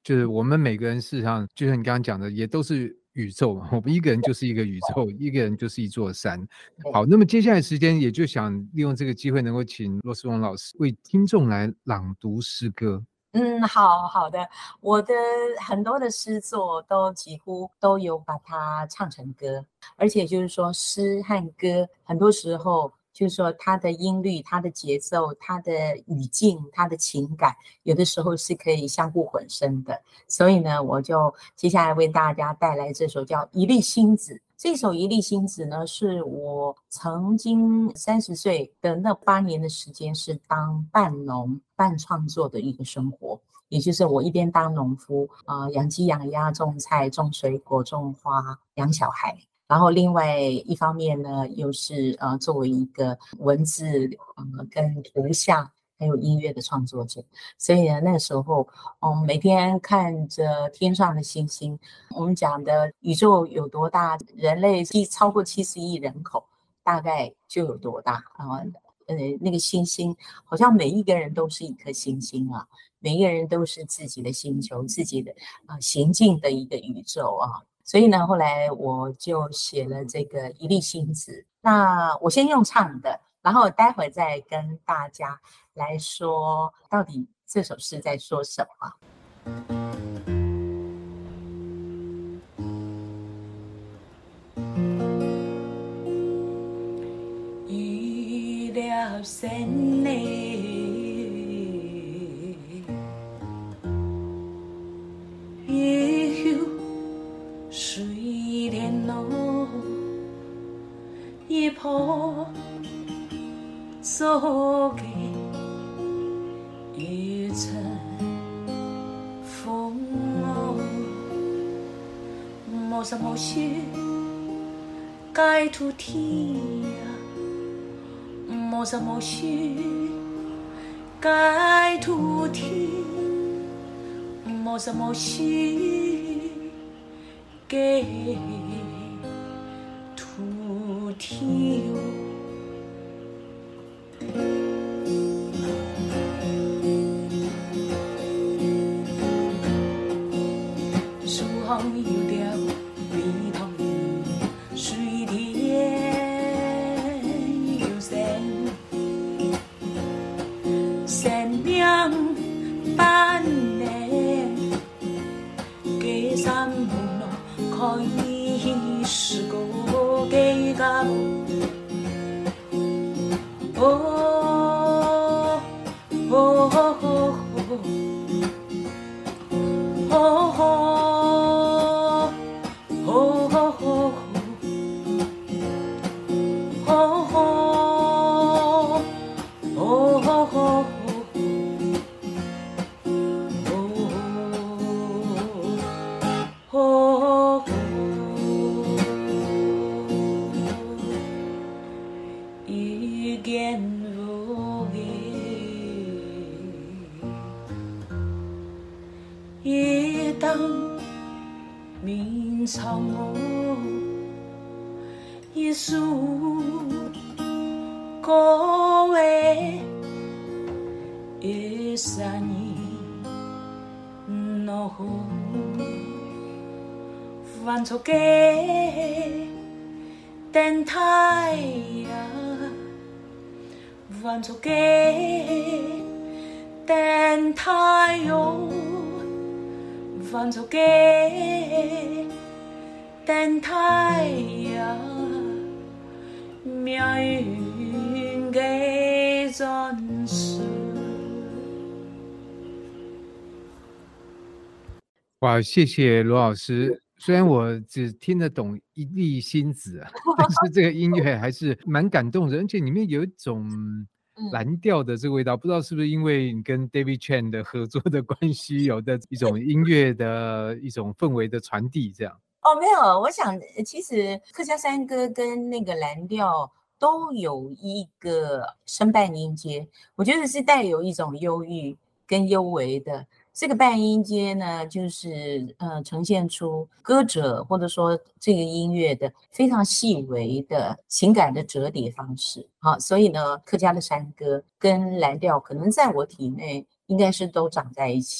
就是我们每个人事实上就像你刚刚讲的也都是宇宙嘛，我们一个人就是一个宇宙，一个人就是一座山。好，那么接下来时间也就想利用这个机会能够请罗斯峰老师为听众来朗读诗歌。 嗯，好好的，我的很多的诗作都几乎都有把它唱成歌，而且就是说诗和歌很多时候就是说它的音律、它的节奏、它的语境、它的情感，有的时候是可以相互混声的。所以呢，我就接下来为大家带来这首叫《一粒星子》。这首《一粒星子》呢，是我曾经三十岁的那八年的时间是当半农半创作的一个生活，也就是我一边当农夫啊、呃，养鸡养鸭、种菜、种水果、种花、养小孩。然后另外一方面呢，又是呃作为一个文字呃跟图像还有音乐的创作者，所以呢那个时候，嗯，每天看着天上的星星，我们讲的宇宙有多大，人类超过七十亿人口，大概就有多大啊？呃，那个星星好像每一个人都是一颗星星啊，每一个人都是自己的星球，自己的啊、呃、行进的一个宇宙啊。所以呢，后来我就写了这个一粒星子。那我先用唱的，然后待会再跟大家来说，到底这首诗在说什么。一粒星呢，水莲路一坡走给一层风哦，莫什莫许该土地呀，莫什莫许该土地，莫什莫许给土地哦，树上有条米塘鱼，水田有山，山梁斑斓，给山木可以是个给个哦哦哦哦唱我耶稣各位耶山no van cho ke ten thai van cho ke ten thai yo van cho ke但太阳命运给转世。 哇，谢谢罗老师。虽然我只听得懂一粒星子啊，但是这个音乐还是蛮感动的，而且里面有一种蓝调的这个味道，不知道是不是因为你跟 David Chen 的合作的关系，有的一种音乐的一种氛围的传递，这样。 哦，没有，我想其实客家山歌跟那个蓝调都有一个声半音阶，我觉得是带有一种忧郁跟幽微的。这个半音阶呢，就是呃呈现出歌者或者说这个音乐的非常细微的情感的折叠方式。好，所以呢，客家的山歌跟蓝调可能在我体内应该是都长在一起的。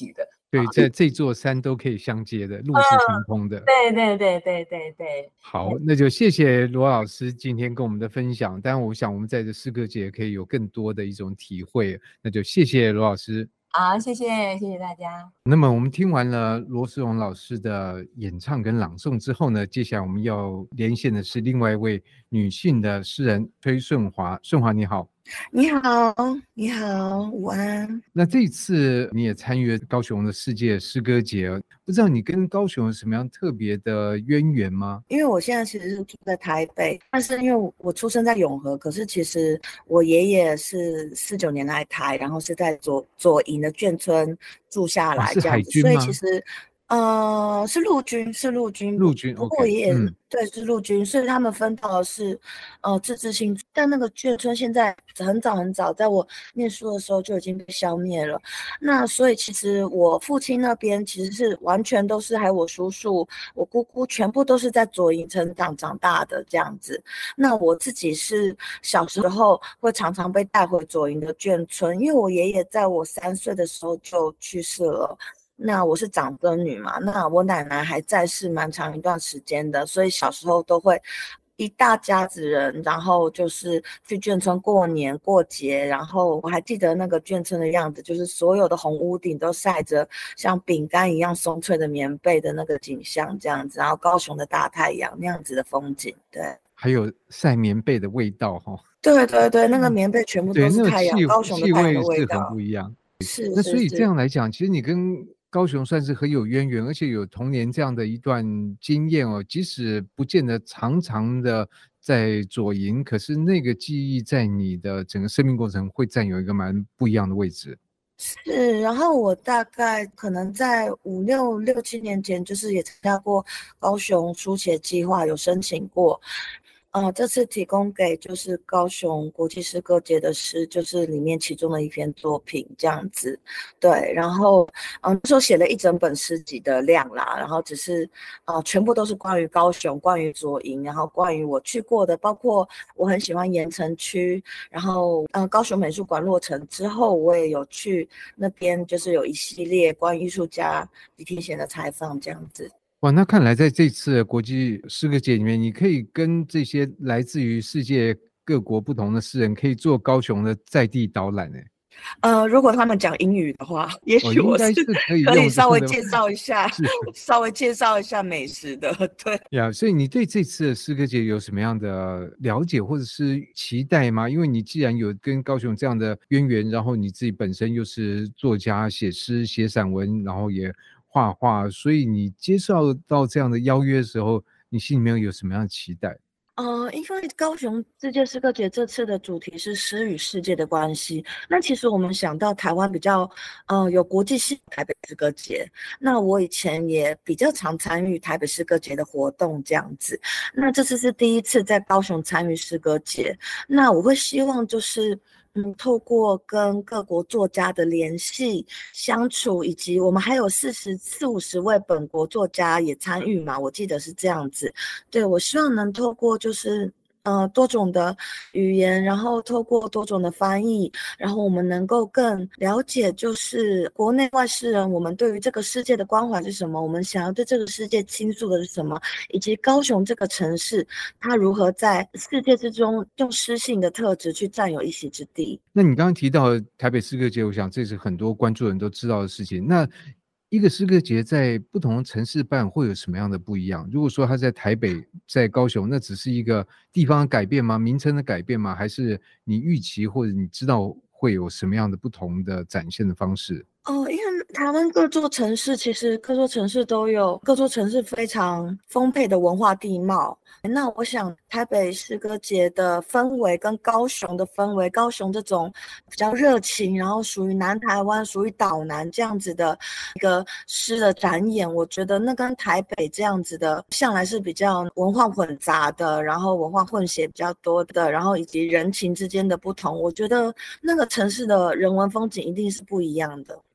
对，在这座山都可以相接的，路是相通的。 对对对对对对。 好，那就谢谢罗老师今天跟我们的分享。当然，我想我们在这诗歌节可以有更多的一种体会，那就谢谢罗老师。 好，谢谢谢谢大家。 那么我们听完了罗诗蓉老师的演唱跟朗诵之后呢，接下来我们要连线的是另外一位女性的诗人崔顺华。顺华你好。 你好，你好，午安。 那这一次你也参与了高雄的世界诗歌节，不知道你跟高雄有什么样特别的渊源吗？ 因为我现在其实是住在台北，但是因为我出生在永和，可是其实我爷爷是四九年来台，然后是在左左营的眷村住下来这样子，所以其实。呃，是陆军，是陆军， 陆军。 不过也、 嗯、 对，是陆军，所以他们分到的是呃自治性，但那个眷村现在很早很早，在我念书的时候就已经被消灭了。那所以其实我父亲那边其实是完全都是，还有我叔叔、我姑姑，全部都是在左营成长长大的这样子。那我自己是小时候会常常被带回左营的眷村，因为我爷爷在我三岁的时候就去世了。那我是长孙女嘛，那我奶奶还在世蛮长一段时间的，所以小时候都会一大家子人，然后就是去眷村过年过节，然后我还记得那个眷村的样子，就是所有的红屋顶都晒着像饼干一样松脆的棉被的那个景象这样子，然后高雄的大太阳那样子的风景，对， 还有晒棉被的味道哈、哦。 对对对，那个棉被全部都是太阳， 那个、 高雄的太阳的味道是很不一样。 是， 那所以这样来讲，其实你跟高雄算是很有渊源，而且有童年这样的一段经验哦。即使不见得常常的在左营，可是那个记忆在你的整个生命过程会占有一个蛮不一样的位置。 是，然后我大概可能在五六六七年前，就是也参加过高雄书写计划，有申请过。呃，这次提供给就是高雄国际诗歌节的诗，就是里面其中的一篇作品这样子，对，然后嗯、呃，那时候写了一整本诗集的量啦，然后只是呃，全部都是关于高雄，关于左营，然后关于我去过的，包括我很喜欢盐埕区，然后呃，高雄美术馆落成之后，我也有去那边，就是有一系列关于艺术家李廷贤的采访这样子。 哇，那看来在这次国际诗歌节里面，你可以跟这些来自于世界各国不同的诗人，可以做高雄的在地导览呢。 呃，如果他们讲英语的话，也许我是可以, 可以稍微介绍一下，稍微介绍一下美食的。对呀， yeah, 所以你对这次的诗歌节有什么样的了解或者是期待吗？因为你既然有跟高雄这样的渊源，然后你自己本身又是作家，写诗、写散文，然后也画画，所以你接受到这样的邀约的时候，你心里面有什么样的期待？ 呃，因为高雄世界诗歌节这次的主题是诗与世界的关系，那其实我们想到台湾比较呃有国际性台北诗歌节，那我以前也比较常参与台北诗歌节的活动这样子，那这次是第一次在高雄参与诗歌节，那我会希望就是嗯，透过跟各国作家的联系相处，以及我们还有四十四五十位本国作家也参与嘛，我记得是这样子。对，我希望能透过就是呃多种的语言，然后透过多种的翻译，然后我们能够更了解就是国内外诗人我们对于这个世界的关怀是什么，我们想要对这个世界倾诉的是什么，以及高雄这个城市它如何在世界之中用诗性的特质去占有一席之地。 那你刚刚提到台北诗歌节，我想这是很多关注人都知道的事情，那一个诗歌节在不同的城市办会有什么样的不一样？如果说它在台北在高雄，那只是一个地方的改变吗？名称的改变吗？还是你预期或者你知道会有什么样的不同的展现的方式？ 哦，因为台湾各座城市其实各座城市都有各座城市非常丰沛的文化地貌，那我想台北诗歌节的氛围跟高雄的氛围，高雄这种比较热情，然后属于南台湾属于岛南这样子的一个诗的展演，我觉得那跟台北这样子的向来是比较文化混杂的，然后文化混血比较多的，然后以及人情之间的不同，我觉得那个城市的人文风景一定是不一样的。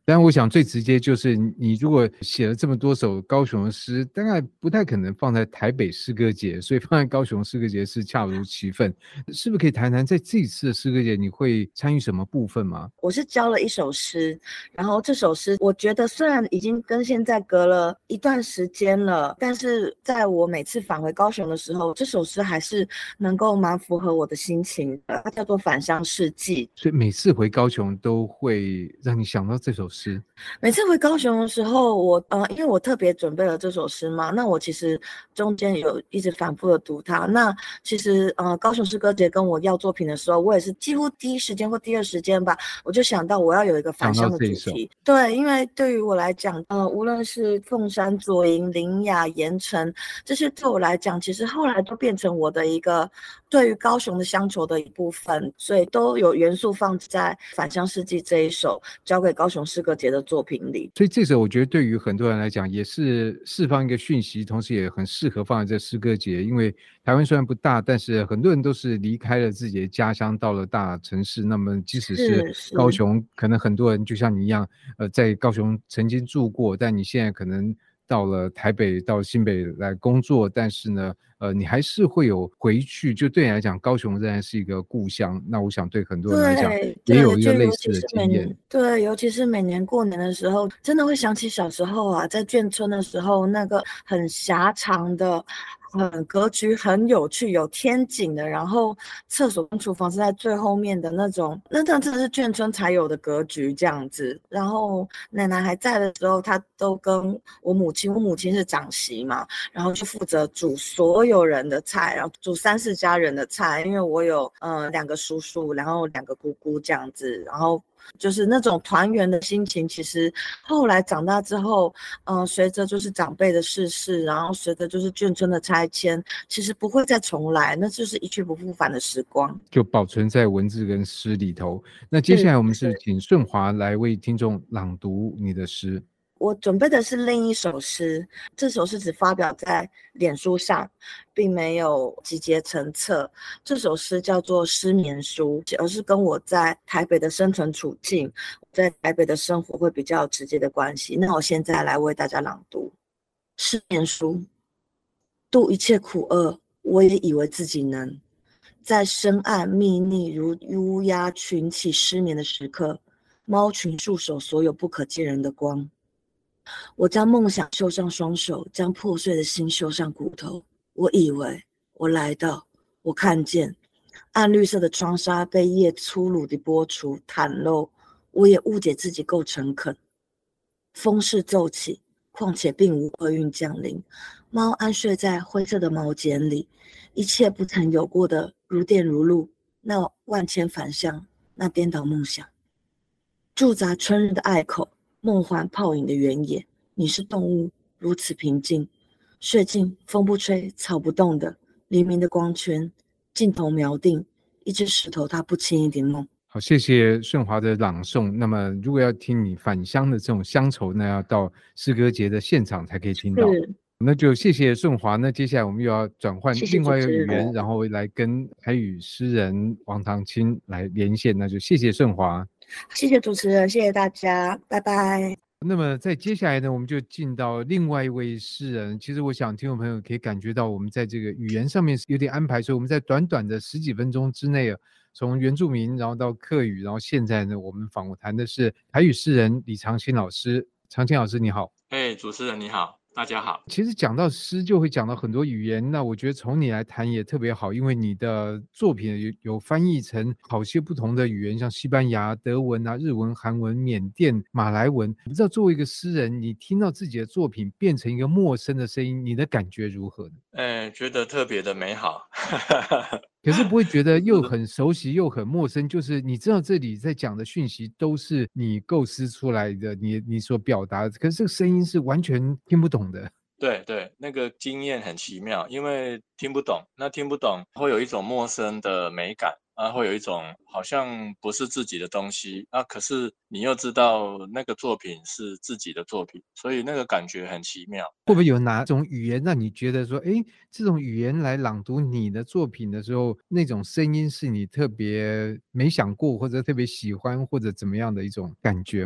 但我想最直接就是你如果写了这么多首高雄的诗，大概不太可能放在台北诗歌节，所以放在高雄诗歌节是恰如其分。是不是可以谈谈在这一次的诗歌节你会参与什么部分吗？ 我是教了一首诗，然后这首诗我觉得虽然已经跟现在隔了一段时间了，但是在我每次返回高雄的时候，这首诗还是能够蛮符合我的心情的。它叫做《返乡事记》， 所以每次回高雄都会让你想到这首诗。 每次回高雄的时候，我呃，因为我特别准备了这首诗嘛，那我其实中间有一直反复的读它。那其实呃，高雄诗歌节跟我要作品的时候，我也是几乎第一时间或第二时间吧，我就想到我要有一个返乡的主题。对，因为对于我来讲，呃，无论是凤山、左营、林雅、盐城，这些对我来讲，其实后来都变成我的一个对于高雄的乡愁的一部分，所以都有元素放在《返乡事记》这一首交给高雄诗歌节的作品里。 所以这首我觉得对于很多人来讲也是释放一个讯息，同时也很适合放在这诗歌节。因为台湾虽然不大，但是很多人都是离开了自己的家乡到了大城市，那么即使是高雄，可能很多人就像你一样呃，在高雄曾经住过，但你现在可能到了台北到新北来工作，但是呢呃，你还是会有回去，就对你来讲高雄仍然是一个故乡。那我想对很多人来讲也有一个类似的经验。 对，尤其是每年过年的时候，真的会想起小时候啊，在眷村的时候，那个很狭长的很格局很有趣有天井的，然后厕所跟厨房是在最后面的那种，那真的是眷村才有的格局这样子。然后奶奶还在的时候，她都跟我母亲，我母亲是长媳嘛，然后就负责煮所有人的菜，然后煮三四家人的菜，因为我有呃两个叔叔，然后两个姑姑这样子，然后就是那种团圆的心情。其实后来长大之后，嗯、呃，随着就是长辈的逝世，然后随着就是眷村的拆迁，其实不会再重来，那就是一去不复返的时光， 就保存在文字跟诗里头。那接下来我们是请顺华来为听众朗读你的诗。 我准备的是另一首诗，这首诗只发表在脸书上，并没有集结成册。这首诗叫做《失眠书》，而是跟我在台北的生存处境，在台北的生活会比较直接的关系。那我现在来为大家朗读《失眠书》。度一切苦厄，我也以为自己能，在深暗密密如乌鸦群起失眠的时刻，猫群束手所有不可见人的光。我将梦想绣上双手，将破碎的心绣上骨头。我以为我来到，我看见暗绿色的窗纱被夜粗鲁地剥除袒露，我也误解自己够诚恳。风势骤起，况且并无厄运降临。猫安睡在灰色的毛茧里，一切不曾有过的如电如露，那万千反向，那颠倒梦想，驻扎春日的隘口，梦幻泡影的原野。你是动物，如此平静，睡进风不吹草不动的黎明的光圈，镜头锚定一只石头，它不轻易的梦。 好，谢谢顺华的朗诵。那么如果要听你返乡的这种乡愁，那要到诗歌节的现场才可以听到。那就谢谢顺华。那接下来我们又要转换另外一个语言，然后来跟台语诗人王唐青来连线。那就谢谢顺华。 谢谢主持人，谢谢大家，拜拜。 那么在接下来呢，我们就进到另外一位诗人。其实我想听众朋友可以感觉到我们在这个语言上面是有点安排，所以我们在短短的十几分钟之内，从原住民然后到客语，然后现在呢我们访谈的是台语诗人李长青老师。长青老师你好。 哎，主持人你好，大家好。 其实讲到诗就会讲到很多语言，那我觉得从你来谈也特别好，因为你的作品 有, 有翻译成好些不同的语言，像西班牙、德文啊、日文、韩文、缅甸、马来文。不知道作为一个诗人，你听到自己的作品变成一个陌生的声音，你的感觉如何呢？ 哎，觉得特别的美好。 可是不会觉得又很熟悉又很陌生，就是你知道这里在讲的讯息都是你构思出来的，你你所表达的，可是这个声音是完全听不懂的。 对对，那个经验很奇妙，因为听不懂，那听不懂会有一种陌生的美感啊，会有一种好像不是自己的东西啊，可是你又知道那个作品是自己的作品，所以那个感觉很奇妙。 会不会有哪种语言让你觉得说，哎，这种语言来朗读你的作品的时候，那种声音是你特别没想过或者特别喜欢或者怎么样的一种感觉吗？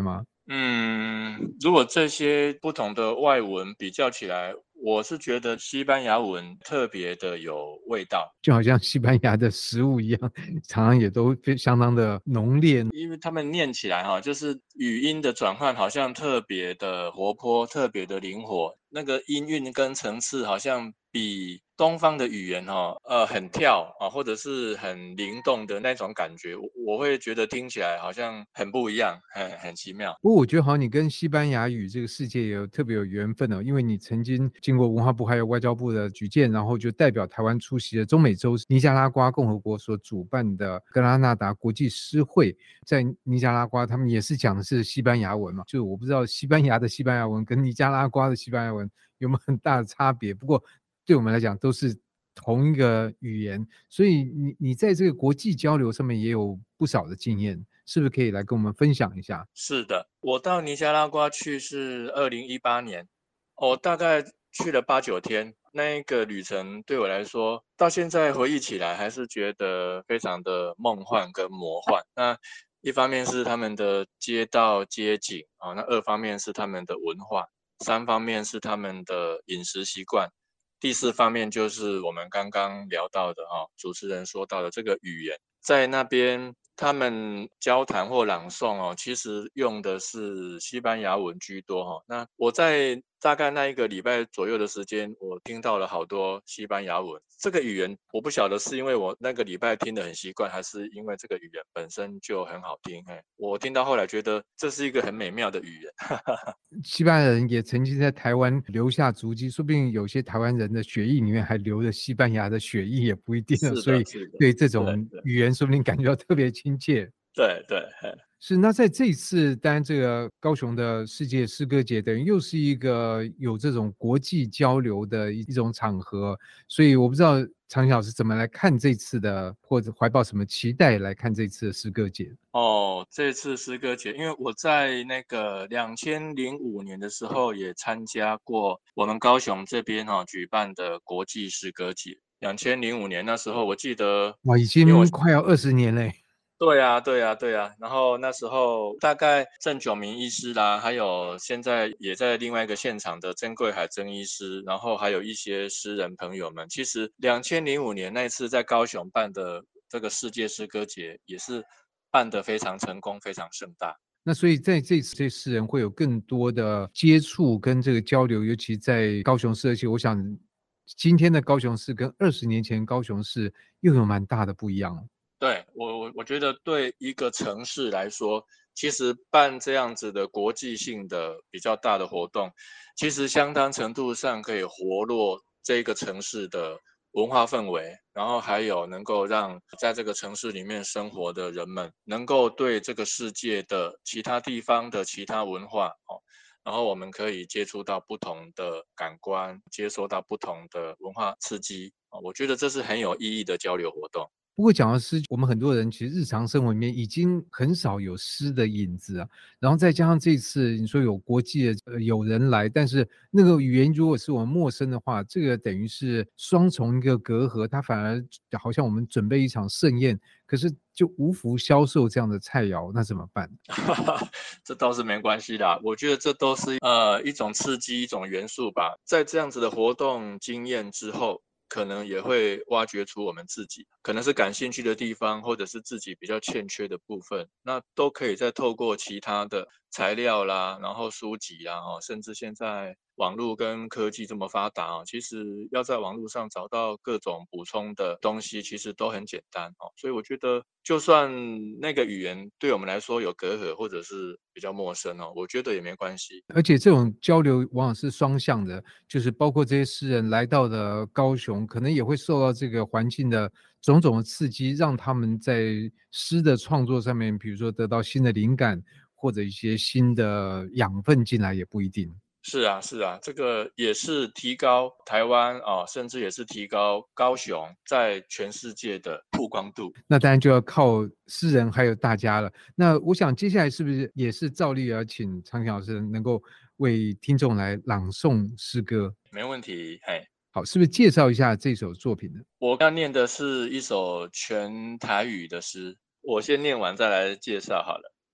嗯，如果这些不同的外文比较起来，我是觉得西班牙文特别的有味道， 就好像西班牙的食物一样，常常也都相当的浓烈。 因为他们念起来哈，就是语音的转换好像特别的活泼，特别的灵活，那个音韵跟层次好像比东方的语言哈，呃，很跳啊，或者是很灵动的那种感觉，我我会觉得听起来好像很不一样，很很奇妙。 不过我觉得好像你跟西班牙语这个世界也有特别有缘分哦，因为你曾经经过文化部还有外交部的举荐，然后就代表台湾出席了中美洲尼加拉瓜共和国所主办的格拉纳达国际诗会，在尼加拉瓜他们也是讲的是西班牙文嘛，就我不知道西班牙的西班牙文跟尼加拉瓜的西班牙文有没有很大的差别，不过对我们来讲都是同一个语言，所以你你在这个国际交流上面也有不少的经验，是不是可以来跟我们分享一下？ 是的，我到尼加拉瓜去是二零一八年，我大概去了八九天，那个旅程对我来说，到现在回忆起来还是觉得非常的梦幻跟魔幻。那一方面是他们的街道街景啊，那二方面是他们的文化，三方面是他们的饮食习惯，第四方面就是我们刚刚聊到的哈，主持人说到的这个语言，在那边他们交谈或朗诵哦，其实用的是西班牙文居多哈。那我在大概那一个礼拜左右的时间，我听到了好多西班牙文。这个语言我不晓得是因为我那个礼拜听得很习惯，还是因为这个语言本身就很好听。哎，我听到后来觉得这是一个很美妙的语言。 西班牙人也曾经在台湾留下足迹，说不定有些台湾人的血液里面还流着西班牙的血液，也不一定。所以对这种语言说不定感觉到特别亲切。 对对， 是。那在这一次，当然这个高雄的世界诗歌节，等于又是一个有这种国际交流的一种场合，所以我不知道常庆老师怎么来看这次的，或者怀抱什么期待来看这次的诗歌节。 哦，这次诗歌节，因为我在那个两千零五年的时候也参加过我们高雄这边哈、哦、举办的国际诗歌节。两千零五年那时候，我记得哇，已经快要二十年嘞。 对啊，对啊，对啊。然后那时候大概郑炯明医师啦，还有现在也在另外一个现场的曾贵海曾医师，然后还有一些诗人朋友们。其实两千零五年那次在高雄办的这个世界诗歌节，也是办得非常成功，非常盛大。 那所以在这次这诗人会有更多的接触跟这个交流，尤其在高雄市，而且我想今天的高雄市跟二十年前高雄市又有蛮大的不一样。 对，我我我觉得对一个城市来说，其实办这样子的国际性的比较大的活动，其实相当程度上可以活络这个城市的文化氛围，然后还有能够让在这个城市里面生活的人们，能够对这个世界的其他地方的其他文化哦，然后我们可以接触到不同的感官，接收到不同的文化刺激哦，我觉得这是很有意义的交流活动。 不过讲到诗，我们很多人其实日常生活里面已经很少有诗的影子啊。然后再加上这次你说有国际的、呃、有人来，但是那个语言如果是我们陌生的话，这个等于是双重一个隔阂，它反而好像我们准备一场盛宴，可是就无福销售这样的菜肴，那怎么办？ 这倒是没关系啦，我觉得这都是呃一种刺激，一种元素吧。在这样子的活动经验之后，可能也会挖掘出我们自己可能是感兴趣的地方，或者是自己比较欠缺的部分，那都可以再透过其他的材料啦，然后书籍啦，甚至现在网络跟科技这么发达，其实要在网络上找到各种补充的东西，其实都很简单。所以我觉得就算那个语言对我们来说有隔阂，或者是比较陌生，我觉得也没关系。 而且这种交流往往是双向的，就是包括这些诗人来到了高雄，可能也会受到这个环境的种种的刺激，让他们在诗的创作上面，比如说得到新的灵感，或者一些新的养分进来也不一定。 是啊，是啊，这个也是提高台湾啊，甚至也是提高高雄在全世界的曝光度。 那当然就要靠诗人还有大家了。那我想接下来是不是也是照例要请常庆老师能够为听众来朗诵诗歌？ 没问题，嘿。 好，是不是介绍一下这首作品呢？ 我刚念的是一首全台语的诗，我先念完再来介绍好了。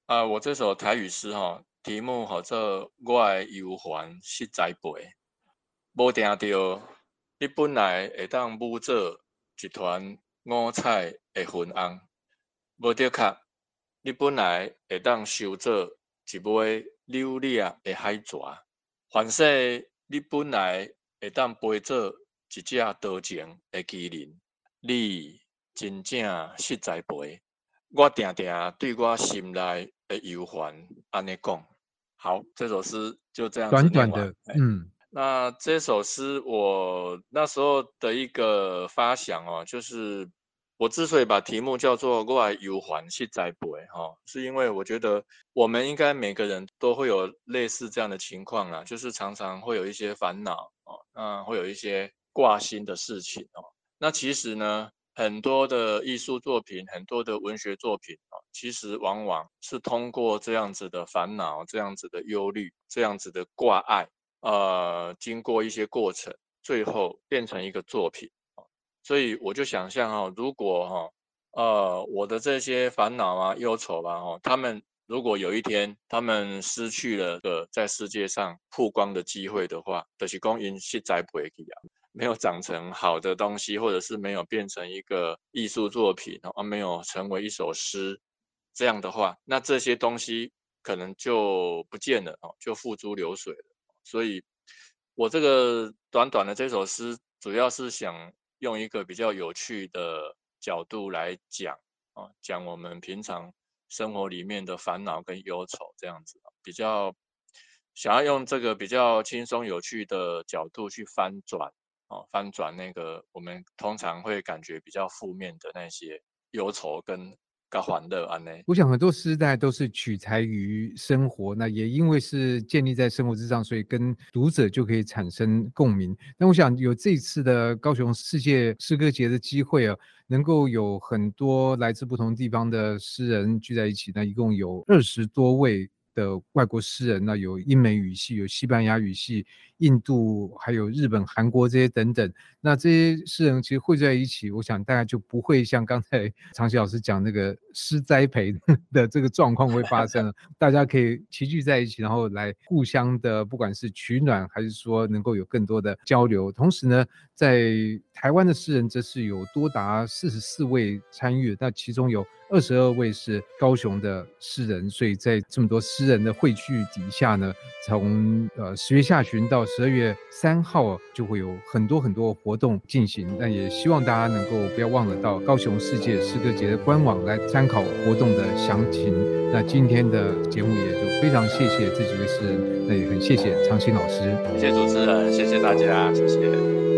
啊，我这首台语诗哈、哦，题目叫做我的忧烦实在陪，无定到你本来会当舞做一团五彩的云红，无得卡你本来会当收做一尾柳叶的海蛇，凡说你本来会当飞做一只多情的麒麟，你真正实在陪。我定定对我心内的忧烦安尼讲。好，这首诗就这样子短短念完的，嗯。 那这首诗我那时候的一个发想哦，就是我之所以把题目叫做我的忧烦实在陪哈，是因为我觉得我们应该每个人都会有类似这样的情况啦，就是常常会有一些烦恼哦，那会有一些挂心的事情哦。那其实呢，很多的艺术作品，很多的文学作品哦，其实往往是通过这样子的烦恼、这样子的忧虑、这样子的挂碍，呃，经过一些过程，最后变成一个作品。所以我就想象哈，如果哈，呃，我的这些烦恼啊、忧愁啊，哈，他们如果有一天他们失去了个在世界上曝光的机会的话，就是讲因实在不会去啊。没有长成好的东西，或者是没有变成一个艺术作品，而没有成为一首诗，这样的话，那这些东西可能就不见了，就付诸流水了。所以，我这个短短的这首诗，主要是想用一个比较有趣的角度来讲，啊，讲我们平常生活里面的烦恼跟忧愁，这样子，比较想要用这个比较轻松有趣的角度去翻转。哦，翻转那个我们通常会感觉比较负面的那些忧愁跟跟欢乐安呢。 我想很多诗大家都是取材于生活，那也因为是建立在生活之上，所以跟读者就可以产生共鸣。那我想有这一次的高雄世界诗歌节的机会啊，能够有很多来自不同地方的诗人聚在一起，那一共有二十多位的外国诗人，那有英美语系，有西班牙语系，印度还有日本、韩国这些等等。那这些诗人其实汇在一起，我想大概就不会像刚才长期老师讲那个诗栽培的这个状况会发生了。大家可以齐聚在一起，然后来互相的，不管是取暖，还是说能够有更多的交流。同时呢，在台湾的诗人则是有多达四十四位参与，那其中有二十二位是高雄的诗人，所以在这么多诗人的汇聚底下呢，从呃十月下旬到十二月三号就会有很多很多活动进行。那也希望大家能够不要忘了到高雄世界诗歌节的官网来参考活动的详情。那今天的节目也就非常谢谢这几位诗人，那也很谢谢长青老师， 谢谢主持人，谢谢大家，谢谢。